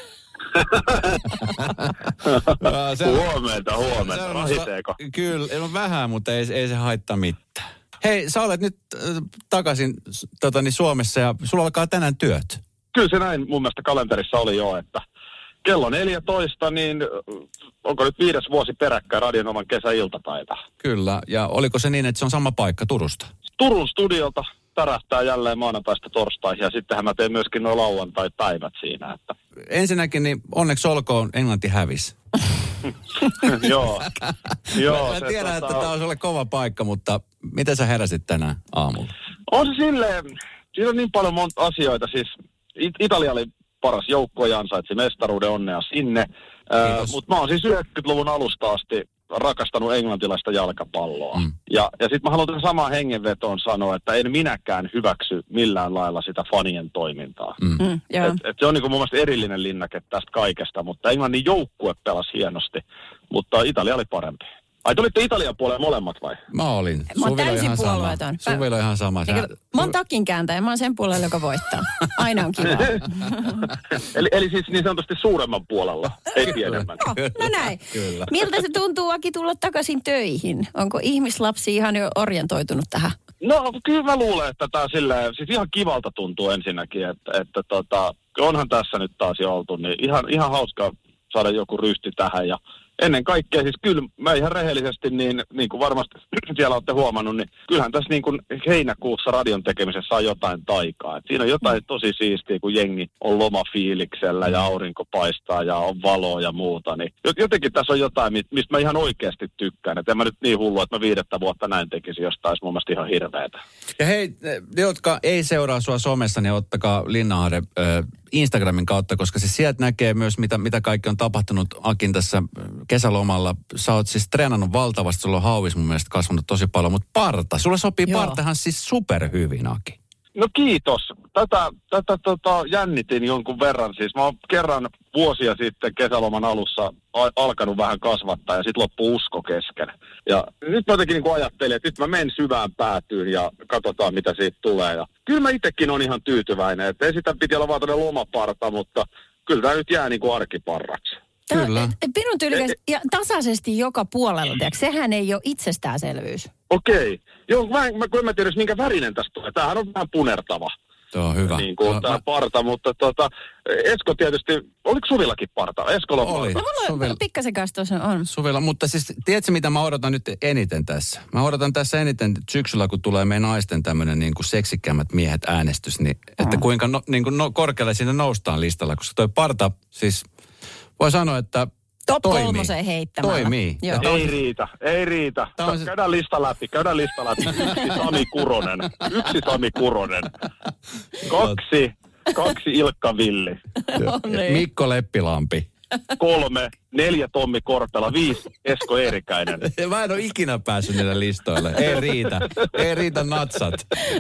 se, huomenta, huomenta. Rasiteeko? Kyllä, no vähän, mutta ei, ei se haittaa mitään. Hei, sä olet nyt äh, takaisin totani, Suomessa ja sulla alkaa tänään työt. Kyllä se näin mun mielestä kalenterissa oli jo, että kello neljätoista, niin onko nyt viides vuosi peräkkäin Radio Novan kesäiltapäivä. Kyllä, ja oliko se niin, että se on sama paikka Turusta? Turun studiolta tärähtää jälleen maanantaista torstaihin ja sittenhän mä teen myöskin nuo lauantai-päivät siinä. Että. Ensinnäkin niin onneksi olkoon Englanti hävisi. Joo. Joo. Mä, mä tiedän, tota... että tämä on sulle kova paikka, mutta miten sä heräsit tänään aamulla? On se silleen, siinä on niin paljon monta asioita. Siis It- Italia oli paras joukko ja ansaitsi mestaruuden, onnea sinne. Äh, mutta mä oon siis yhdeksänkymmentäluvun alusta asti rakastanut englantilaista jalkapalloa. Mm. Ja, ja sitten mä haluan tämän samaan hengenvetoon sanoa, että en minäkään hyväksy millään lailla sitä fanien toimintaa. Mm. Mm, et, et se on niin kuin mun mielestä erillinen linnake tästä kaikesta, mutta Englannin joukkue pelasi hienosti, mutta Italia oli parempi. Ai tulitte Italian puolelle molemmat vai? Mä olin. Mä oon täysin puolueeton. Suvi on ihan sama. Sä... Mä oon takin kääntäjä, mä oon sen puolella, joka voittaa. Aina on kiva. eli, eli siis niin sanotusti suuremman puolella, ei pienemmän. No, no näin. Kyllä. Miltä se tuntuu, Aki, tulla takaisin töihin? Onko ihmislapsi ihan jo orientoitunut tähän? No kyllä mä luulen, että tää silleen, siis ihan kivalta tuntuu ensinnäkin, että, että tota, onhan tässä nyt taas jo oltu, niin ihan, ihan hauska saada joku ryhti tähän ja ennen kaikkea siis kyllä mä ihan rehellisesti, niin, niin kuin varmasti siellä olette huomannut, niin kyllähän tässä niin kuin heinäkuussa radion tekemisessä on jotain taikaa. Et siinä on jotain tosi siistiä, kun jengi on lomafiiliksellä ja aurinko paistaa ja on valoa ja muuta. Niin jotenkin tässä on jotain, mistä mä ihan oikeasti tykkään. Et en mä nyt niin hullu, että mä viidettä vuotta näin tekisin, jos taisi mun mielestä ihan hirveetä. Ja hei, ne, jotka ei seuraa sua somessa, niin ottakaa Linnanahde äh, Instagramin kautta, koska se sieltä näkee myös, mitä, mitä kaikki on tapahtunut Akin tässä kesälomalla. Sä oot siis treenannut valtavasti, sulla on hauis mun mielestä kasvanut tosi paljon, mutta parta, sulla sopii Joo. partahan siis superhyvin, Aki. No kiitos. Tätä, tätä tota, jännitin jonkun verran. Siis mä oon kerran vuosia sitten kesäloman alussa a- alkanut vähän kasvattaa ja sitten loppui usko kesken. Ja nyt mä jotenkin niin ajattelin, että nyt mä menen syvään päätyyn ja katsotaan mitä siitä tulee. Ja kyllä mä itsekin on ihan tyytyväinen. Että ei sitä piti olla vaan todella lomaparta, mutta kyllä tämä nyt jää niin kuin arkiparraksi. Kyllä. Minun tyylikäs, ja tasaisesti joka puolella, tiedätkö? Sehän ei ole itsestäänselvyys. Okei. Joo, mä, mä, kun en mä tiedä, minkä värinen tästä tulee. Tämähän on vähän punertava. Tuo on hyvä. Niin kuin no, tämä mä... parta, mutta tota, Esko tietysti, oliko Suvillakin parta? Eskolla on Oli. No mulla Suvilla... pikkasen kanssa tuossa on. Suvilla, mutta siis tiedätkö mitä mä odotan nyt eniten tässä? Mä odotan tässä eniten syksyllä, kun tulee meidän naisten tämmöinen niin kuin seksikkäämmät miehet äänestys, niin että mm. kuinka no, niin kuin no, korkealle siinä noustaan listalla, koska toi parta siis voi sanoa, että Top kolmoseen heittämällä. Toimii. Ei riitä, ei riitä. Se... Käydään lista läpi, käydään lista läpi. Yksi Sami Kuronen, yksi Sami Kuronen. Kaksi, kaksi Ilkka Villi. No niin. Mikko Leppilampi. Kolme, neljä Tommi Korpela, viisi Esko Eerikäinen. Mä en ole ikinä päässyt niille listoille. Ei riitä. Ei riitä natsat.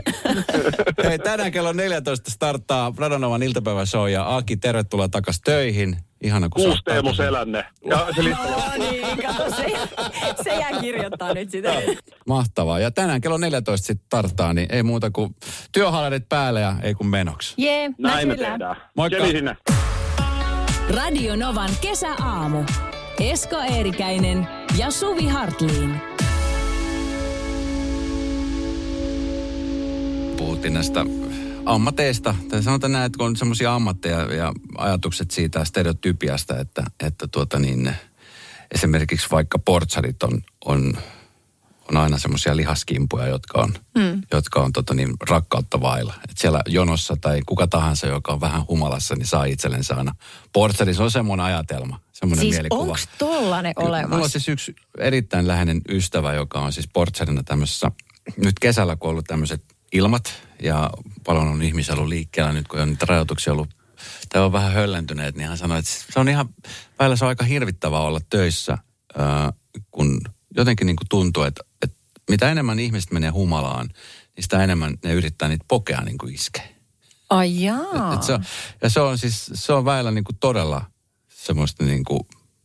Hei, tänään kello neljätoista starttaa Radonovan iltapäiväshow ja Aki, tervetuloa takaisin töihin. Ihana, kun Kuusi Teemu Selänne. Ja se lista no niin, kato, se, se jää kirjoittaa nyt sitä. Mahtavaa. Ja tänään kello neljätoista sitten starttaa, niin ei muuta kuin työhaalarit päälle ja ei kun menoksi. Jee, yeah, näin me tehdään. Moikka. Sinne. Radio Novan kesäaamu. Esko Eerikäinen ja Suvi Hartliin. Puhuttiin näistä ammateista. Tai sanotaan näin, että kun on semmoisia ammatteja ja ajatukset siitä stereotypiasta, että, että tuota niin, esimerkiksi vaikka portsarit on, on, on aina semmoisia lihaskimpuja, jotka on, mm. jotka on tota niin, rakkautta vailla. Että siellä jonossa tai kuka tahansa, joka on vähän humalassa, niin saa itsellensä aina portsari. Se on semmoinen ajatelma, semmoinen siis mielikuva. Siis onko tollainen olemassa? Mulla on siis yksi erittäin läheinen ystävä, joka on siis portsarina tämmöisessä, nyt kesällä kun on ollut tämmöiset ilmat ja paljon on ihmisiä ollut liikkeellä nyt, kun on niitä rajoituksia ollut, tai on vähän höllentyneet, niin hän sanoi, että se on ihan, välillä se on aika hirvittävää olla töissä, ää, kun jotenkin niin kuin tuntuu, että, että mitä enemmän ihmiset menee humalaan, niin sitä enemmän ne yrittää niitä pokea niin kuin iskeä. Ai jaa. Et, et se on, ja se on siis, se on välillä niin kuin todella semmoista niin kuin,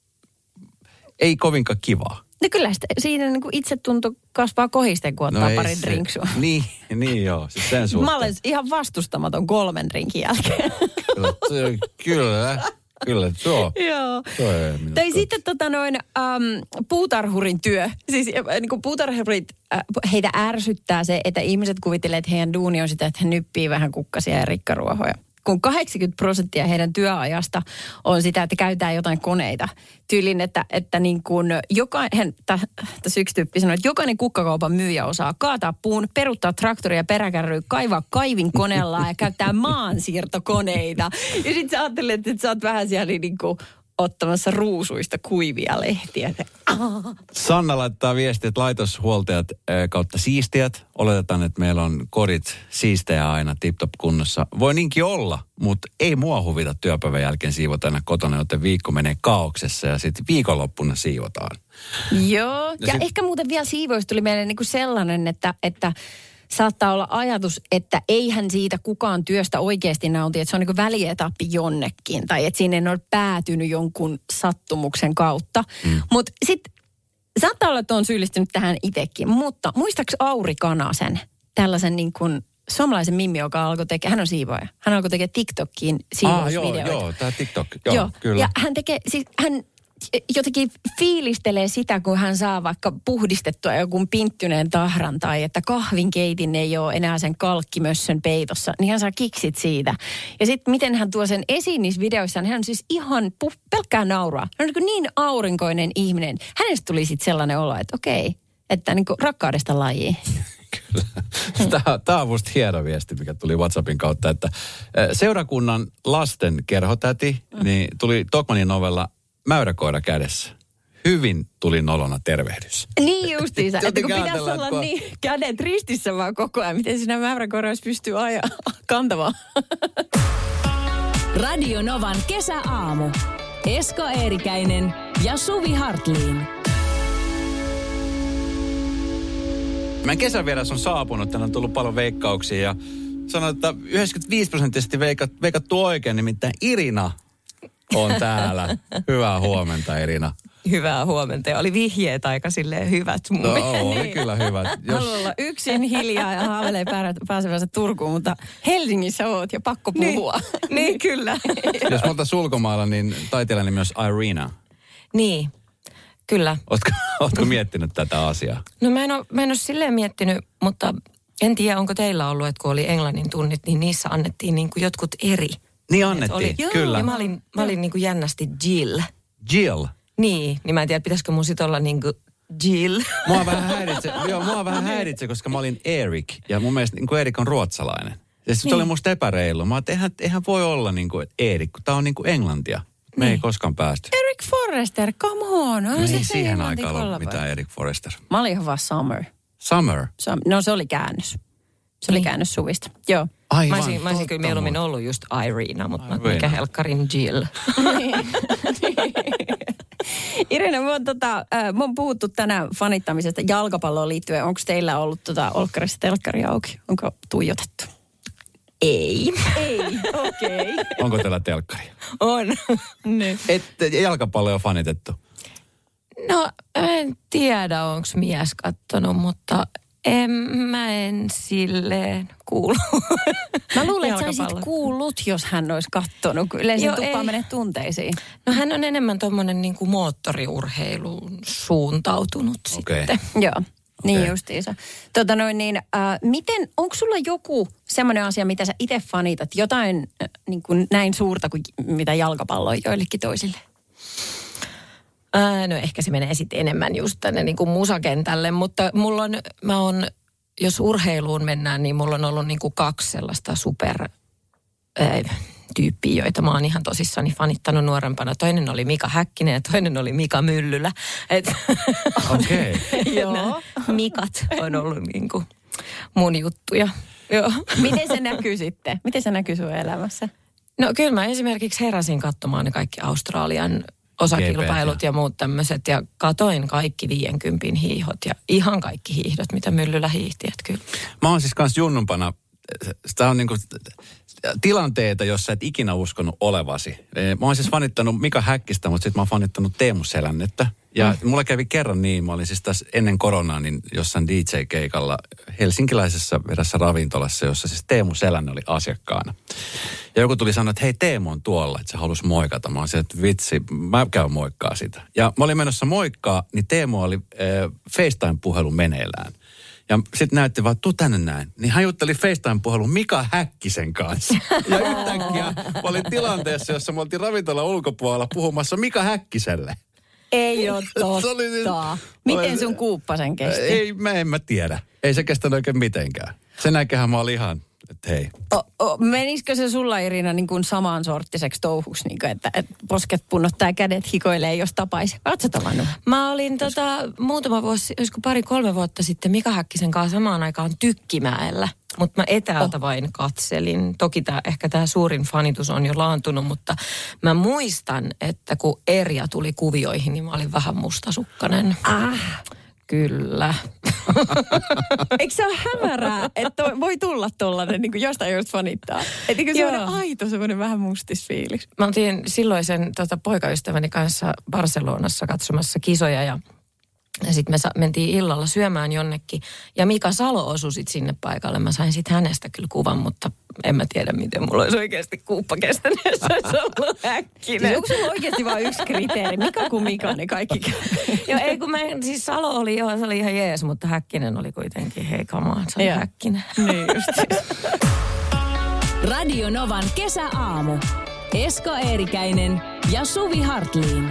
ei kovinkaan kivaa. No kyllä sitä, siinä niin kuin itsetunto kasvaa kohisten, kun ottaa no pari drinksua. Niin, niin joo, siis sen suhteen. Mä olen ihan vastustamaton kolmen drinkin jälkeen. Kyllä, kyllä, kyllä, tuo. Joo. Tai sitten tota noin, ähm, puutarhurin työ. Siis äh, niin kuin puutarhurit, äh, heitä ärsyttää se, että ihmiset kuvittelee, että heidän duuni on sitä, että he nyppii vähän kukkasia ja rikkaruohoja. Kun kahdeksankymmentä prosenttia heidän työajasta on sitä, että käytetään jotain koneita. Tyylin, että, että niin kuin jokainen, tässä yksi tyyppi sanoi, että jokainen kukkakaupan myyjä osaa kaataa puun, peruttaa traktoria peräkärryä, kaivaa kaivin koneellaan ja käyttää maansiirtokoneita. Ja sitten sä ajattelet, että sä oot vähän siellä niin kuin ottamassa ruusuista kuivia lehtiä. Sanna laittaa viestiä, että laitoshuoltajat kautta siistijät. Oletetaan, että meillä on kodit siistejä aina tip-top kunnossa. Voi niinkin olla, mutta ei mua huvita työpäivän jälkeen siivota aina kotona, joten viikko menee kaauksessa ja sitten viikonloppuna siivotaan. Joo, ja, ja sit... ehkä muuten vielä siivoista tuli meille niinku sellainen, että... että saattaa olla ajatus, että eihän siitä kukaan työstä oikeasti nauti, että se on niin kuin välietappi jonnekin tai että siinä ei ole päätynyt jonkun sattumuksen kautta. Mm. Mutta sitten saattaa olla, että on syyllistynyt tähän itsekin, mutta muistaaks Auri Kanasen, tällaisen niin kuin suomalaisen mimmi, joka alkoi tekemään, hän on siivoaja, hän alkoi tekemään TikTokiin siivousvideoita. Ah, joo, joo, tämä TikTok, joo, joo, kyllä. Ja hän tekee, siis hän jotenkin fiilistelee sitä, kun hän saa vaikka puhdistettua joku pinttyneen tahran tai että kahvinkeitin ei ole enää sen kalkkimössön peitossa, niin hän saa kiksit siitä. Ja sitten miten hän tuo sen esiin niissä videoissa, hän on siis ihan pu- pelkkää nauraa. Hän on niin, niin aurinkoinen ihminen. Hänestä tuli sitten sellainen olo, että okei, että niin kuin rakkaudesta lajiin. Kyllä. Tämä, tämä on musta hieno viesti, mikä tuli WhatsAppin kautta, että seurakunnan lasten kerhotäti, mm. niin tuli Tokmanin ovella mäyräkoira kädessä. Hyvin tuli nolona tervehdys. Niin justiinsa, että kun pitäisi olla kun... niin kädet ristissä vaan koko ajan, miten siinä mäyräkoirassa pystyy ajaa kantamaan. Radio Novan kesäaamu. Esko Eerikäinen ja Suvi Hartliin. Meidän kesävieras on saapunut, tänään on tullut paljon veikkauksia ja sanoin, että yhdeksänkymmentäviisi prosenttisesti veikat, veikattu oikein, nimittäin Irina on täällä. Hyvää huomenta, Irina. Hyvää huomenta. Ja oli vihjeet aika silleen hyvät mun no, mielestä. oli niin. Kyllä hyvät. Jos... Haluan olla yksin hiljaa ja haaveilee pääsevänsä Turkuun, mutta Helsingissä oot ja pakko puhua. Niin, niin kyllä. Jos me oltaisiin ulkomailla, niin taiteilijan nimi olisi Irina. Niin, kyllä. Ootko, ootko miettinyt tätä asiaa? No mä en, ole, mä en ole silleen miettinyt, mutta en tiedä, onko teillä ollut, että kun oli englannin tunnit, niin niissä annettiin niin kuin jotkut eri. Niin annettiin, oli, kyllä. Ja mä olin, mä olin niin kuin jännästi Jill. Jill? Niin, niin mä en tiedä, pitäisikö mun sit olla niin kuin Jill. Mua vähän häiritse, joo, mua vähän häiritse, koska mä olin Erik. Ja mun mielestä niin kuin Erik on ruotsalainen. Ja se niin. oli musta epäreilu. Mä ajattelin, eihän, eihän voi olla niin kuin Erik, kun tää on niin kuin englantia. Me niin. ei koskaan päästy. Eric Forrester, come on. No, ei siihen aikaan ollut mitään Eric Forrester. Mä olin ihan vaan Summer. Summer? Some, no se oli käännös. Se niin. oli käännös Suvista. Joo. Aivan, mä olisin, mä olisin kyllä mieluummin ollut just Irina, mutta Irina. Mikä helkkarin Jill. Irina, mä oon, tota, äh, mä oon puhuttu tänään fanittamisesta jalkapalloon liittyen. Onko teillä ollut tota, olkkarissa telkkari auki? Onko tuijotettu? Ei. Ei, okei. Okay. Onko teillä telkkari? On. Niin. Et jalkapallo on fanitettu? No, en tiedä, onko mies kattonut, mutta en, mä en silleen kuulu. Mä luulen, että sä olisit kuullut, jos hän olisi kattonut, kun yleensä tuppaa menee tunteisiin. No hän on enemmän tommonen niinku moottoriurheiluun suuntautunut okay. sitten. Joo. Niin okay. justiinsa. Tota noin niin, äh, miten, onko sulla joku semmoinen asia, mitä sä itse fanitat, jotain äh, niin kuin näin suurta kuin mitä jalkapallo on joillekin toisille? Äh, no ehkä se menee sitten enemmän just tänne niin kuin musakentälle, mutta mulla on, mä oon, jos urheiluun mennään, niin mulla on ollut niin kuin kaksi sellaista super... Äh, tyyppiä, joita mä oon ihan tosissani fanittanut nuorempana. Toinen oli Mika Häkkinen ja toinen oli Mika Myllylä. Okei. Okay. Joo. Mikat on ollut niin kuin mun juttuja. Joo. Miten se näkyy sitten? Miten se näkyy sun elämässä? No kyllä mä esimerkiksi heräsin katsomaan ne kaikki Australian osakilpailut ja muut tämmöiset ja katoin kaikki viidenkympin hiihot ja ihan kaikki hiihdot, mitä Myllylä hiihti. Että kyllä. Mä oon siis kans junnumpana, sitä on niinku tilanteita, jossa et ikinä uskonut olevasi. Mä oon siis fanittanut Mika Häkkistä, mutta sitten mä oon fanittanut Teemu Selännettä. Ja mm. mulla kävi kerran niin, mä olin siis tässä ennen koronaa niin jossain D J-keikalla helsinkiläisessä erässä ravintolassa, jossa siis Teemu Selänne oli asiakkaana. Ja joku tuli sanoa, että hei Teemu on tuolla, että se halusi moikata. Mä olisin, että vitsi, mä käyn moikkaa sitä. Ja mä olin menossa moikkaa, niin Teemu oli äh, FaceTime-puhelun meneillään. Ja sitten näytti vaan, tuu tänne näin. Niin hän jutteli FaceTime-puhelun Mika Häkkisen kanssa. Ja yhtäkkiä mä olin tilanteessa, jossa me oltiin ravintolan ulkopuolella puhumassa Mika Häkkiselle. Ei ole totta. Siis, miten sun kuuppasen kesti? Ei, mä en mä tiedä. Ei se kestänyt oikein mitenkään. Sen aikaan mä olin ihan, että hei. O, o, menisikö se sulla, Irina, niin kuin samaan sorttiseksi touhuksi, niin kuin, että, että posket punnottaa ja kädet hikoilee, jos tapaisi? Oletko tavannut? Mä olin tota, muutama vuosi, olisiko pari-kolme vuotta sitten Mika Häkkisen kanssa samaan aikaan Tykkimäellä. Mutta mä etäältä oh. vain katselin. Toki tää, ehkä tämä suurin fanitus on jo laantunut, mutta mä muistan, että kun Erja tuli kuvioihin, niin mä olin vähän mustasukkainen. Ah, kyllä. Eikö se ole hämärää, että voi tulla tollainen, niin kuin jostain just fanittaa? Että niin se on aito semmoinen vähän mustis fiilis. Mä oltiin silloisen tota, poikaystäväni kanssa Barcelonassa katsomassa kisoja ja Ja sitten me sa- mentiin illalla syömään jonnekin. Ja Mika Salo osui sitten sinne paikalle. Mä sain sitten hänestä kyllä kuvan, mutta en mä tiedä, miten mulla olisi oikeasti kuuppa kestänyt, jos olisi ollut Häkkinen. Siis onko sulla oikeasti vain yksi kriteeri? Mika kuin Mika, ne kaikki käy. Joo, ei kun mä, siis Salo oli, joo, se oli ihan jees, mutta Häkkinen oli kuitenkin, hei kamaa, se oli Häkkinen. Niin just. Radio Novan kesäaamu. Esko Eerikäinen ja Suvi Hartliin.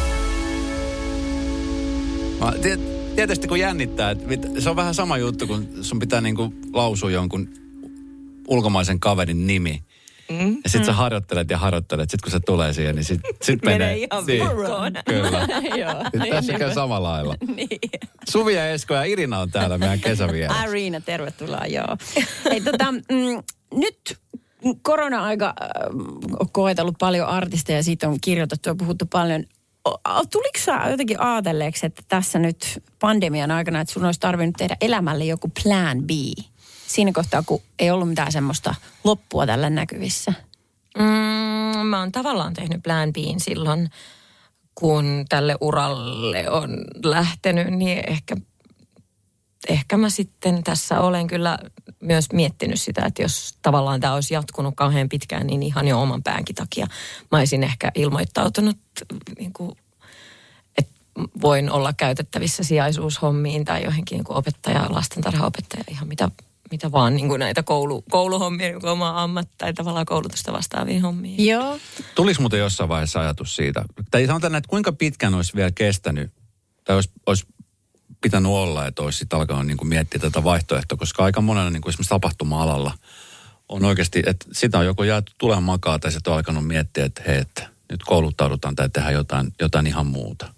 Tietysti kun jännittää, että se on vähän sama juttu, kun sun pitää niinku lausua jonkun ulkomaisen kaverin nimi. Mm. Ja sit sä harjoittelet ja harjoittelet. Sit kun se tulee siihen, niin sit, sit menee. Menee ihan virkoon. Kyllä. Joo. Tässä käy samalla lailla. Niin. Suvi ja Esko ja Irina on täällä meidän kesävieressä. Arina, tervetuloa, joo. Hei, tota, mm, nyt korona-aika äh, on koetellut paljon artisteja, siitä on kirjoitettu ja puhuttu paljon. O, tuliko sä jotenkin ajatelleeksi, että tässä nyt pandemian aikana, että sun olisi tarvinnut tehdä elämälle joku plan B? Siinä kohtaa, kun ei ollut mitään semmoista loppua tällä näkyvissä. Mm, mä oon tavallaan tehnyt plan B:n silloin, kun tälle uralle on lähtenyt, niin ehkä, ehkä mä sitten tässä olen kyllä myös miettinyt sitä, että jos tavallaan tämä olisi jatkunut kauhean pitkään, niin ihan jo oman päänkin takia mä olisin ehkä ilmoittautunut, niin kuin, että voin olla käytettävissä sijaisuushommiin tai johonkin niin kuin opettaja, lastentarhaopettaja, ihan mitä, mitä vaan niin kuin näitä koulu, kouluhommia, niin kuin omaa ammattia tai tavallaan koulutusta vastaavia hommia. Joo. Tuliko muuten jossain vaiheessa ajatus siitä? Tai sanotaan, että kuinka pitkään olisi vielä kestänyt, tai olisi, olisi pitänyt olla, että olisi sitten alkanut niin kuin miettiä tätä vaihtoehtoa, koska aika monella niin kuin esimerkiksi tapahtuma-alalla on oikeasti, että sitä on joku jääty tulemaan makaa tai sitten on alkanut miettiä, että hei, että nyt kouluttaudutaan tai tehdään jotain, jotain ihan muuta.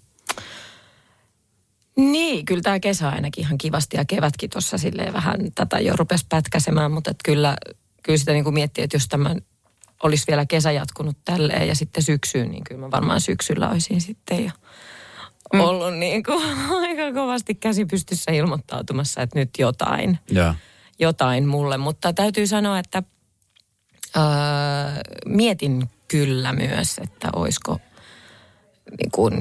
Niin, kyllä tämä kesä ainakin ihan kivasti ja kevätkin tuossa silleen vähän tätä jo rupesi pätkäsemään, mutta että kyllä, kyllä sitä niin kuin miettii, että jos tämä olisi vielä kesä jatkunut tälleen ja sitten syksyyn, niin kyllä mä varmaan syksyllä olisin sitten jo mm. ollut niin kuin aika kovasti käsi pystyssä ilmoittautumassa, että nyt jotain, ja. jotain mulle. Mutta täytyy sanoa, että öö, mietin kyllä myös, että olisiko niin kuin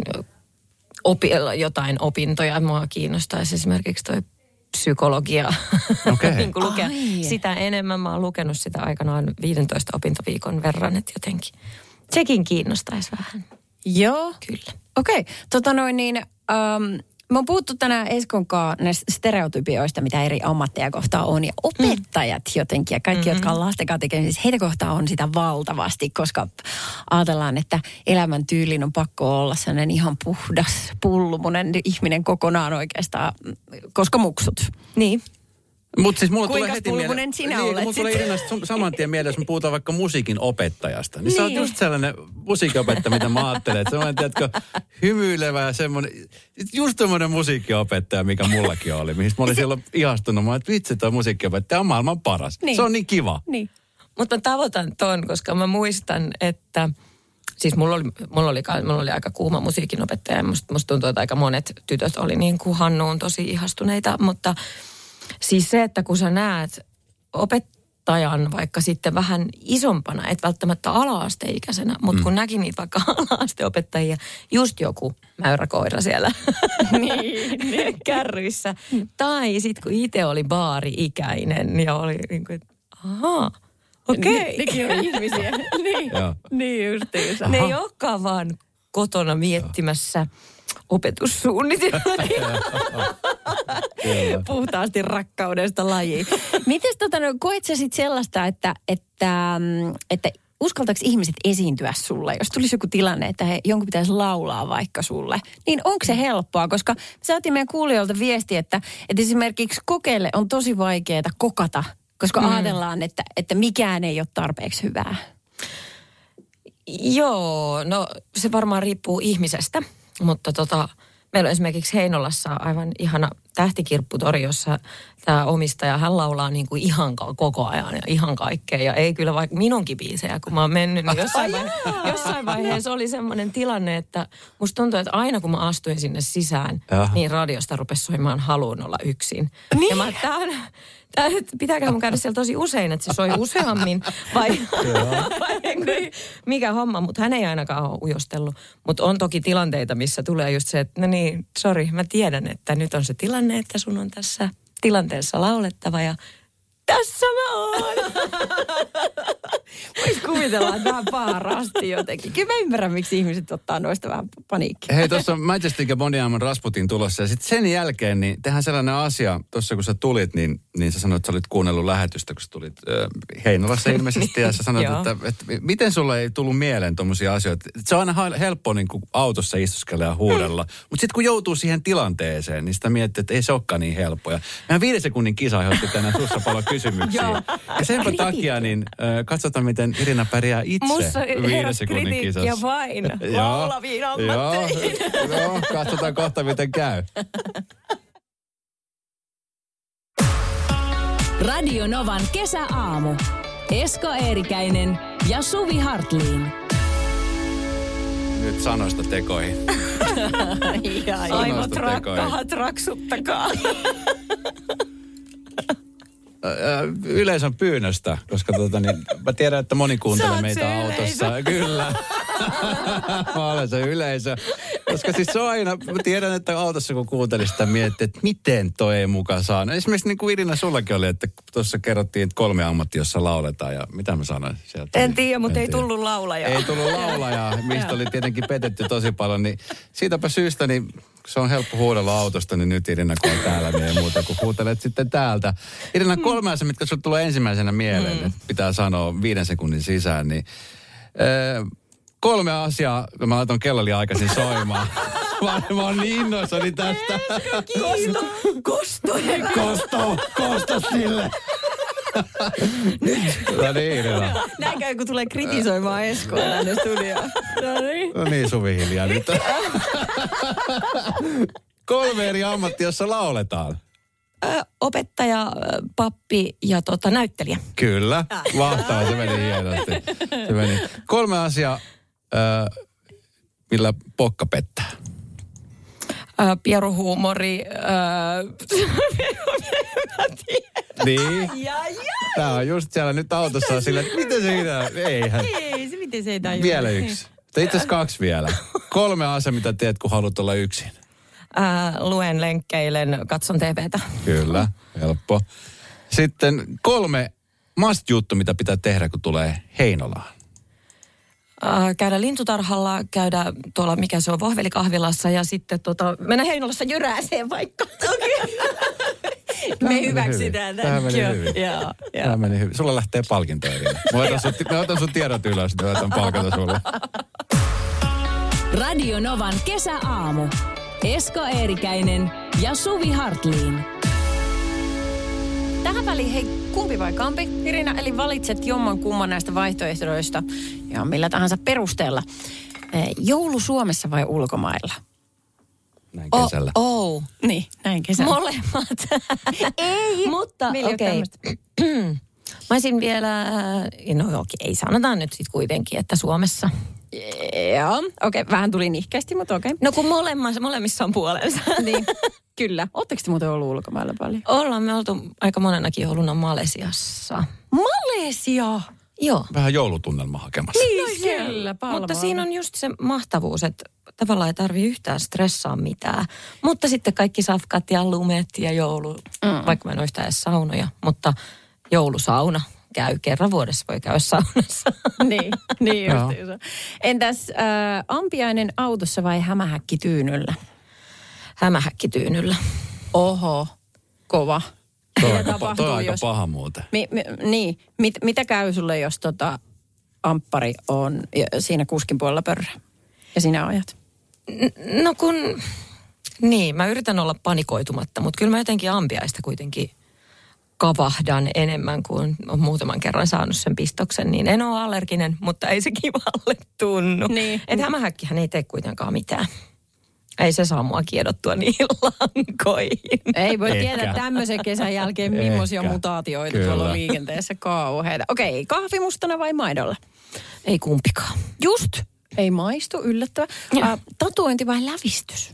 opi, jotain opintoja. Mua kiinnostaisi esimerkiksi toi psykologia. Okay. niin kuin lukea Ai. sitä enemmän. Mä oon lukenut sitä aikanaan viidentoista opintoviikon verran, että jotenkin sekin kiinnostaisi vähän. Joo. Kyllä. Okei, okay. tota noin niin, um, me on puhuttu tänään Eskon kanssa näistä stereotypioista, mitä eri ammatteja kohtaan on. Ja opettajat mm. jotenkin ja kaikki, mm-hmm. jotka on lasten kanssa tekemisissä, heitä kohtaan on sitä valtavasti, koska ajatellaan, että elämäntyylin on pakko olla sellainen ihan puhdas, pullumunen ihminen kokonaan oikeastaan, koska muksut. Niin. Mut siis mulla Kuinka tulee heti pulmunen mieleen, sinä niin, olet mulla tulee Irina saman tien mieleen, jos me puhutaan vaikka musiikin opettajasta. Niin, niin. Sä oot just sellainen musiikkiopettaja, mitä mä ajattelen. Että semmoinen, tiedätkö, hymyilevä ja semmoinen, just semmoinen musiikkiopettaja, mikä mullakin oli. Mihin mä olin silloin ihastunut. Mä että vitsi, toi musiikkiopettaja on maailman paras. Niin. Se on niin kiva. Niin. Mutta mä tavoitan ton, koska mä muistan, että siis mulla oli, mulla oli, mulla oli aika kuuma musiikinopettaja. Musta, musta tuntuu, että aika monet tytöt oli niin kuin Hannuun tosi ihastuneita, mutta siis se, että kun sä näet opettajan vaikka sitten vähän isompana, et välttämättä ala-asteikäisenä, mutta kun mm. näki niitä vaikka ala-asteopettajia, just joku mäyräkoira siellä niin, niin. kärryissä. Tai sitten kun itse oli baari-ikäinen ja oli niin kuin, että ahaa, okei. Okay. Nekin on ihmisiä. niin, niin justiinsa. Ne ei olekaan vaan kotona miettimässä opetussuunnitelmia. Puhtaasti rakkaudesta lajiin. Mites tota, no, koet sä sit sellaista, että, että, että uskaltaako ihmiset esiintyä sulle, jos tulisi joku tilanne, että he, jonkun pitäisi laulaa vaikka sulle, niin onko se helppoa? Koska me saatiin meidän kuulijoilta viesti, että, että esimerkiksi kokeille on tosi vaikeaa kokata, koska mm. ajatellaan, että, että mikään ei ole tarpeeksi hyvää. Joo, no se varmaan riippuu ihmisestä. Mutta tota, meillä on esimerkiksi Heinolassa aivan ihana Tähtikirpputori, jossa tämä omistaja, hän laulaa niin kuin ihan koko ajan ja ihan kaikkea. Ja ei kyllä vaikka minunkin biisejä, kun mä oon mennyt, niin jossain, vaihe- jossain vaiheessa oli semmoinen tilanne, että musta tuntuu, että aina kun mä astuin sinne sisään, Jaha. niin radiosta rupesi soimaan Haluun olla yksin. Niin. Ja mä, tää on, tää, pitääkö mun käydä siellä tosi usein, että se soi useammin vai, vai mikä homma. Mutta hän ei ainakaan ole ujostellut. Mutta on toki tilanteita, missä tulee just se, että no niin, sori, mä tiedän, että nyt on se tilanne, että sun on tässä tilanteessa laulettava ja tässä mä oon. Voisi kuvitella, että vähän paharasti jotenkin. Kyllä mä ymmärrän, miksi ihmiset ottaa noista vähän paniikkia. Hei, tuossa on Majestic ja Bonnie M. Rasputin tulossa. Ja sitten sen jälkeen, niin tehdään sellainen asia. Tuossa kun sä tulit, niin, niin sä sanoit, että sä olit kuunnellut lähetystä, kun sä tulit äh, Heinolassa ilmeisesti. Ja sä sanoit, että, että, että miten sulle ei tullut mieleen tommosia asioita. Se on aina helppo niin kuin autossa istuskella ja huudella. Mm. Mutta sitten kun joutuu siihen tilanteeseen, niin sitä miettii, että ei se olekaan niin helppoa. Mehän viiden sekunnin kisa aiheutti tänään sussa paljon kysymyksiä. Ja senpä takia niin äh, katsotaan, miten Irina pärjää itse Musta viiden sekunnin kisassa. ja vain laulaviin ammatteihin. Joo, joo, katsotaan kohta, miten käy. Radio Novan kesäaamu. Esko Eerikäinen ja Suvi Hartliin. Nyt sanoista tekoihin. Aivot rakkaat, raksuttakaa. Yleisön pyynnöstä, koska tota, niin, mä tiedän, että moni kuuntelee meitä autossa. Yleisö. Kyllä. Mä olen se yleisö. Koska siis se on aina, mä tiedän, että autossa kun kuuntelin sitä miettii, että miten toi ei mukaan saa. No, esimerkiksi niin kuin Irina sullakin oli, että tuossa kerrottiin, että kolme ammattia, jossa lauletaan ja mitä mä sanoin sieltä. En tiedä, mutta ei tiedä. tullut laulajaa. Ei tullut laulajaa, mistä oli tietenkin petetty tosi paljon. Niin siitäpä syystä, niin se on helppo huudella autosta, niin nyt Irina kun on täällä, niin ei muuta kuin huutelet sitten täältä. Irina, kolme asiaa, mitkä sulle tulee ensimmäisenä mieleen, mm. että pitää sanoa viiden sekunnin sisään, niin äh, kolme asiaa, mä laitan kello liian aikaisin soimaan. Mä, mä oon niin innoissani tästä. Kosto, kosto. Kosto, kosto sille. No niin, Irina. Näinkö, kun tulee kritisoimaan Eskoa tänne studioon. No niin. No niin, Suvi hiljaa nyt. Kolme eri ammattia, jossa lauletaan. Ö, opettaja, pappi ja tota, näyttelijä. Kyllä, mahtavaa, se meni hienosti. Se meni. Kolme asiaa, ö, millä pokka pettää. Ö, pieruhuumori. Ö, mä tiedän. Niin. Ja, ja. Tää on just siellä nyt autossa on sillä, että miten se idea? Eihän. Ei, se miten se ei tajua. Vielä yksi. Tai itse asiassa kaksi vielä. Kolme asiaa, mitä teet, kun haluat olla yksin. Ää, luen, lenkkeilen, katson T V:tä. Kyllä, helppo. Sitten kolme must-juttu, mitä pitää tehdä, kun tulee Heinolaan. Ää, käydä lintutarhalla, käydä tuolla, mikä se on, Vohvelikahvilassa ja sitten tota, mennä Heinolassa Jyrääseen vaikka. Okay. Me hyväksytään tämän. Tähän meni hyvin. Joo, Tähän meni hyvin. Sulla lähtee palkinto, Irina. Mä otan sun, mä otan sun tiedot ylös, niin mä otan palkinto sulle. Radio Novan kesäaamu. Esko Eerikäinen ja Suvi Hartliin. Tähän väliin, hei, kumpi vai kampi? Irina, eli valitset jomman kumman näistä vaihtoehdoista ja millä tahansa perusteella. Joulu Suomessa vai ulkomailla? Näin kesällä. Oh, oh. Niin, näin kesällä. Molemmat. Ei. Mutta okei. Okay. Mä olisin vielä, no okei, okay, sanotaan nyt sitten kuitenkin, että Suomessa. Joo, okei, okay, vähän tuli nihkeästi, mutta okei. Okay. No kun molemmissa, molemmissa on puolensa. Niin, kyllä. Oletteko te muuten ollut ulkomailla paljon? Ollaan me oltu aika monenakin jouluna Malesiassa. Malesia? Joo. Vähän joulutunnelma hakemassa. Niin, kyllä, palvaa. Mutta siinä on just se mahtavuus, että tavallaan ei tarvitse yhtään stressaa mitään. Mutta sitten kaikki safkat ja lumet ja joulu, mm. vaikka mä en ole yhtään edes saunoja, mutta joulusauna. Käy kerran vuodessa, voi käydä saunassa. niin, niin justiinsa. Entäs äh, ampiainen autossa vai hämähäkkityynyllä? Hämähäkkityynyllä. Oho, kova. Toi on aika, pa- toi aika jos... paha muuten. Mi, mi, niin, Mit, mitä käy sulle, jos tota amppari on siinä kuskin puolella pörrää ja sinä ajat? No kun, niin, mä yritän olla panikoitumatta, mutta kyllä mä jotenkin ampiaista kuitenkin kavahdan enemmän kuin on muutaman kerran saanut sen pistoksen, niin en ole allerginen, mutta ei se kivalle tunnu. Niin. Että hämähäkkihän ei tee kuitenkaan mitään. Ei se saa mua kiedottua niihin lankoihin. Ei voi Ehkä. tietää tämmöisen kesän jälkeen, millaisia Ehkä. mutaatioita Kyllä. tuolla on liikenteessä kauheita. Okei, kahvimustana vai maidolla? Ei kumpikaan. Just. Ei maistu, yllättävä. Uh, tatuointi vai lävistys?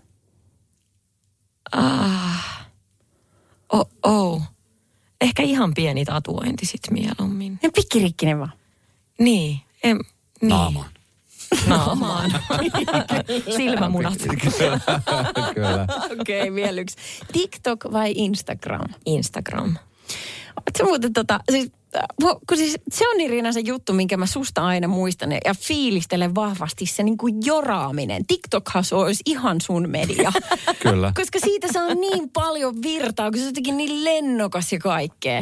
Ah. Oh, oh. Ehkä ihan pieni tatuointi sit mieluummin. Ja pikkirikkinen vaan. Niin. Em, niin. Naamaan. Naamaan. Silmämunat. Kyllä. Kyllä. Okei, okay, vielä yksi. TikTok vai Instagram? Instagram. Se muuten tota, siis, äh, kun siis se on Irina se juttu, minkä mä susta aina muistan ja fiilistelen vahvasti se niin kuin joraaminen. TikTokhan se olisi ihan sun media. Kyllä. Koska siitä saa niin paljon virtaa, kun se on jotenkin niin lennokas ja kaikkea.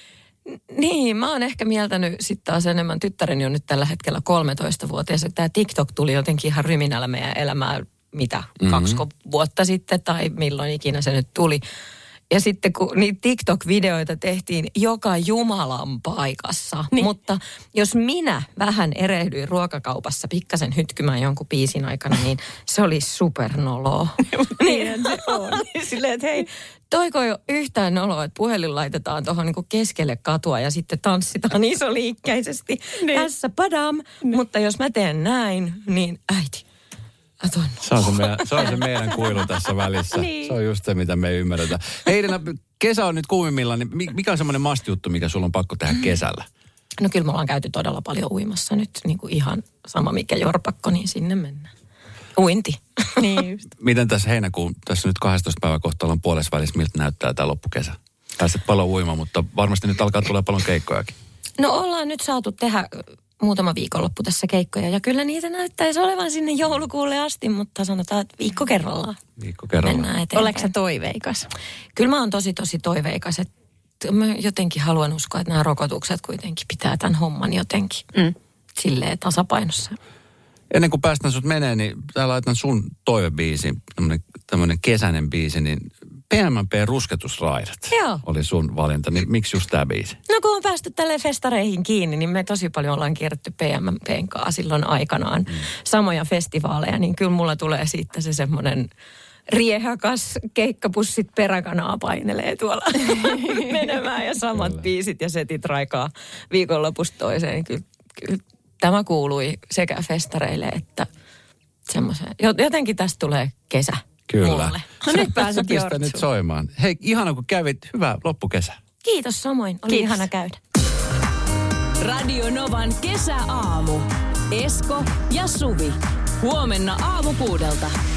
Niin, mä oon ehkä mieltänyt sitten taas enemmän. Tyttäreni on nyt tällä hetkellä kolmetoistavuotias. Tämä TikTok tuli jotenkin ihan ryminällä meidän elämään, mitä, mm-hmm. kaksi vuotta sitten tai milloin ikinä se nyt tuli. Ja sitten kun niitä TikTok-videoita tehtiin joka jumalan paikassa. Niin. Mutta jos minä vähän erehdyin ruokakaupassa pikkasen hytkymään jonkun biisin aikana, niin se oli supernoloa. Niin se on. Silleen, että hei, toiko jo yhtään noloa, että puhelin laitetaan tuohon niin keskelle katua ja sitten tanssitaan isoliikkeisesti. Niin. Tässä padam. Niin. Mutta jos mä teen näin, niin äiti. Se on se, meidän, se on se meidän kuilu tässä välissä. Niin. Se on just se, mitä me ei ymmärretä. Hei Irina, kesä on nyt kuumimmillaan, niin mikä on semmoinen must-juttu, mikä sulla on pakko tehdä kesällä? No kyllä me ollaan käyty todella paljon uimassa nyt, niin kuin ihan sama mikä jorpakko, niin sinne mennään. Uinti. Niin just. Miten tässä heinäkuun, tässä nyt kahdestoista päivä kohta ollaan puolessa välissä, miltä näyttää tämä loppukesä? Pääset paljon uimaan, mutta varmasti nyt alkaa tulla paljon keikkojakin. No ollaan nyt saatu tehdä muutama viikonloppu tässä keikkoja ja kyllä niitä näyttäisi olevan sinne joulukuulle asti, mutta sanotaan, että viikko kerrallaan. Viikko kerrallaan. Oletko sä toiveikas? Kyllä mä oon tosi tosi toiveikas, että mä jotenkin haluan uskoa, että nämä rokotukset kuitenkin pitää tämän homman jotenkin mm. silleen tasapainossa. Ennen kuin päästään sut menee, niin täällä laitan sun toivebiisi, tämmönen, tämmönen kesäinen biisi, niin P M P Rusketusraidat Joo. oli sun valinta, niin miksi just tää biisi? No kun on päästy tälleen festareihin kiinni, niin me tosi paljon ollaan kierretty P M P:n kanssa silloin aikanaan mm. samoja festivaaleja, niin kyllä mulla tulee siitä se semmoinen riehakas keikkapussit peräkanaa painelee tuolla menemään ja samat kyllä. biisit ja setit raikaa viikonlopusta toiseen. Kyllä, kyllä tämä kuului sekä festareille että semmoiseen. Jotenkin tästä tulee kesä. Kyllä. Mulle. No nyt pääset Pistä nyt soimaan. Hei, ihana kun kävit. Hyvää loppukesä. Kiitos samoin. Oli Kiitos. ihana käydä. Radio Novan kesäaamu. Esko ja Suvi. Huomenna aamu kuudelta.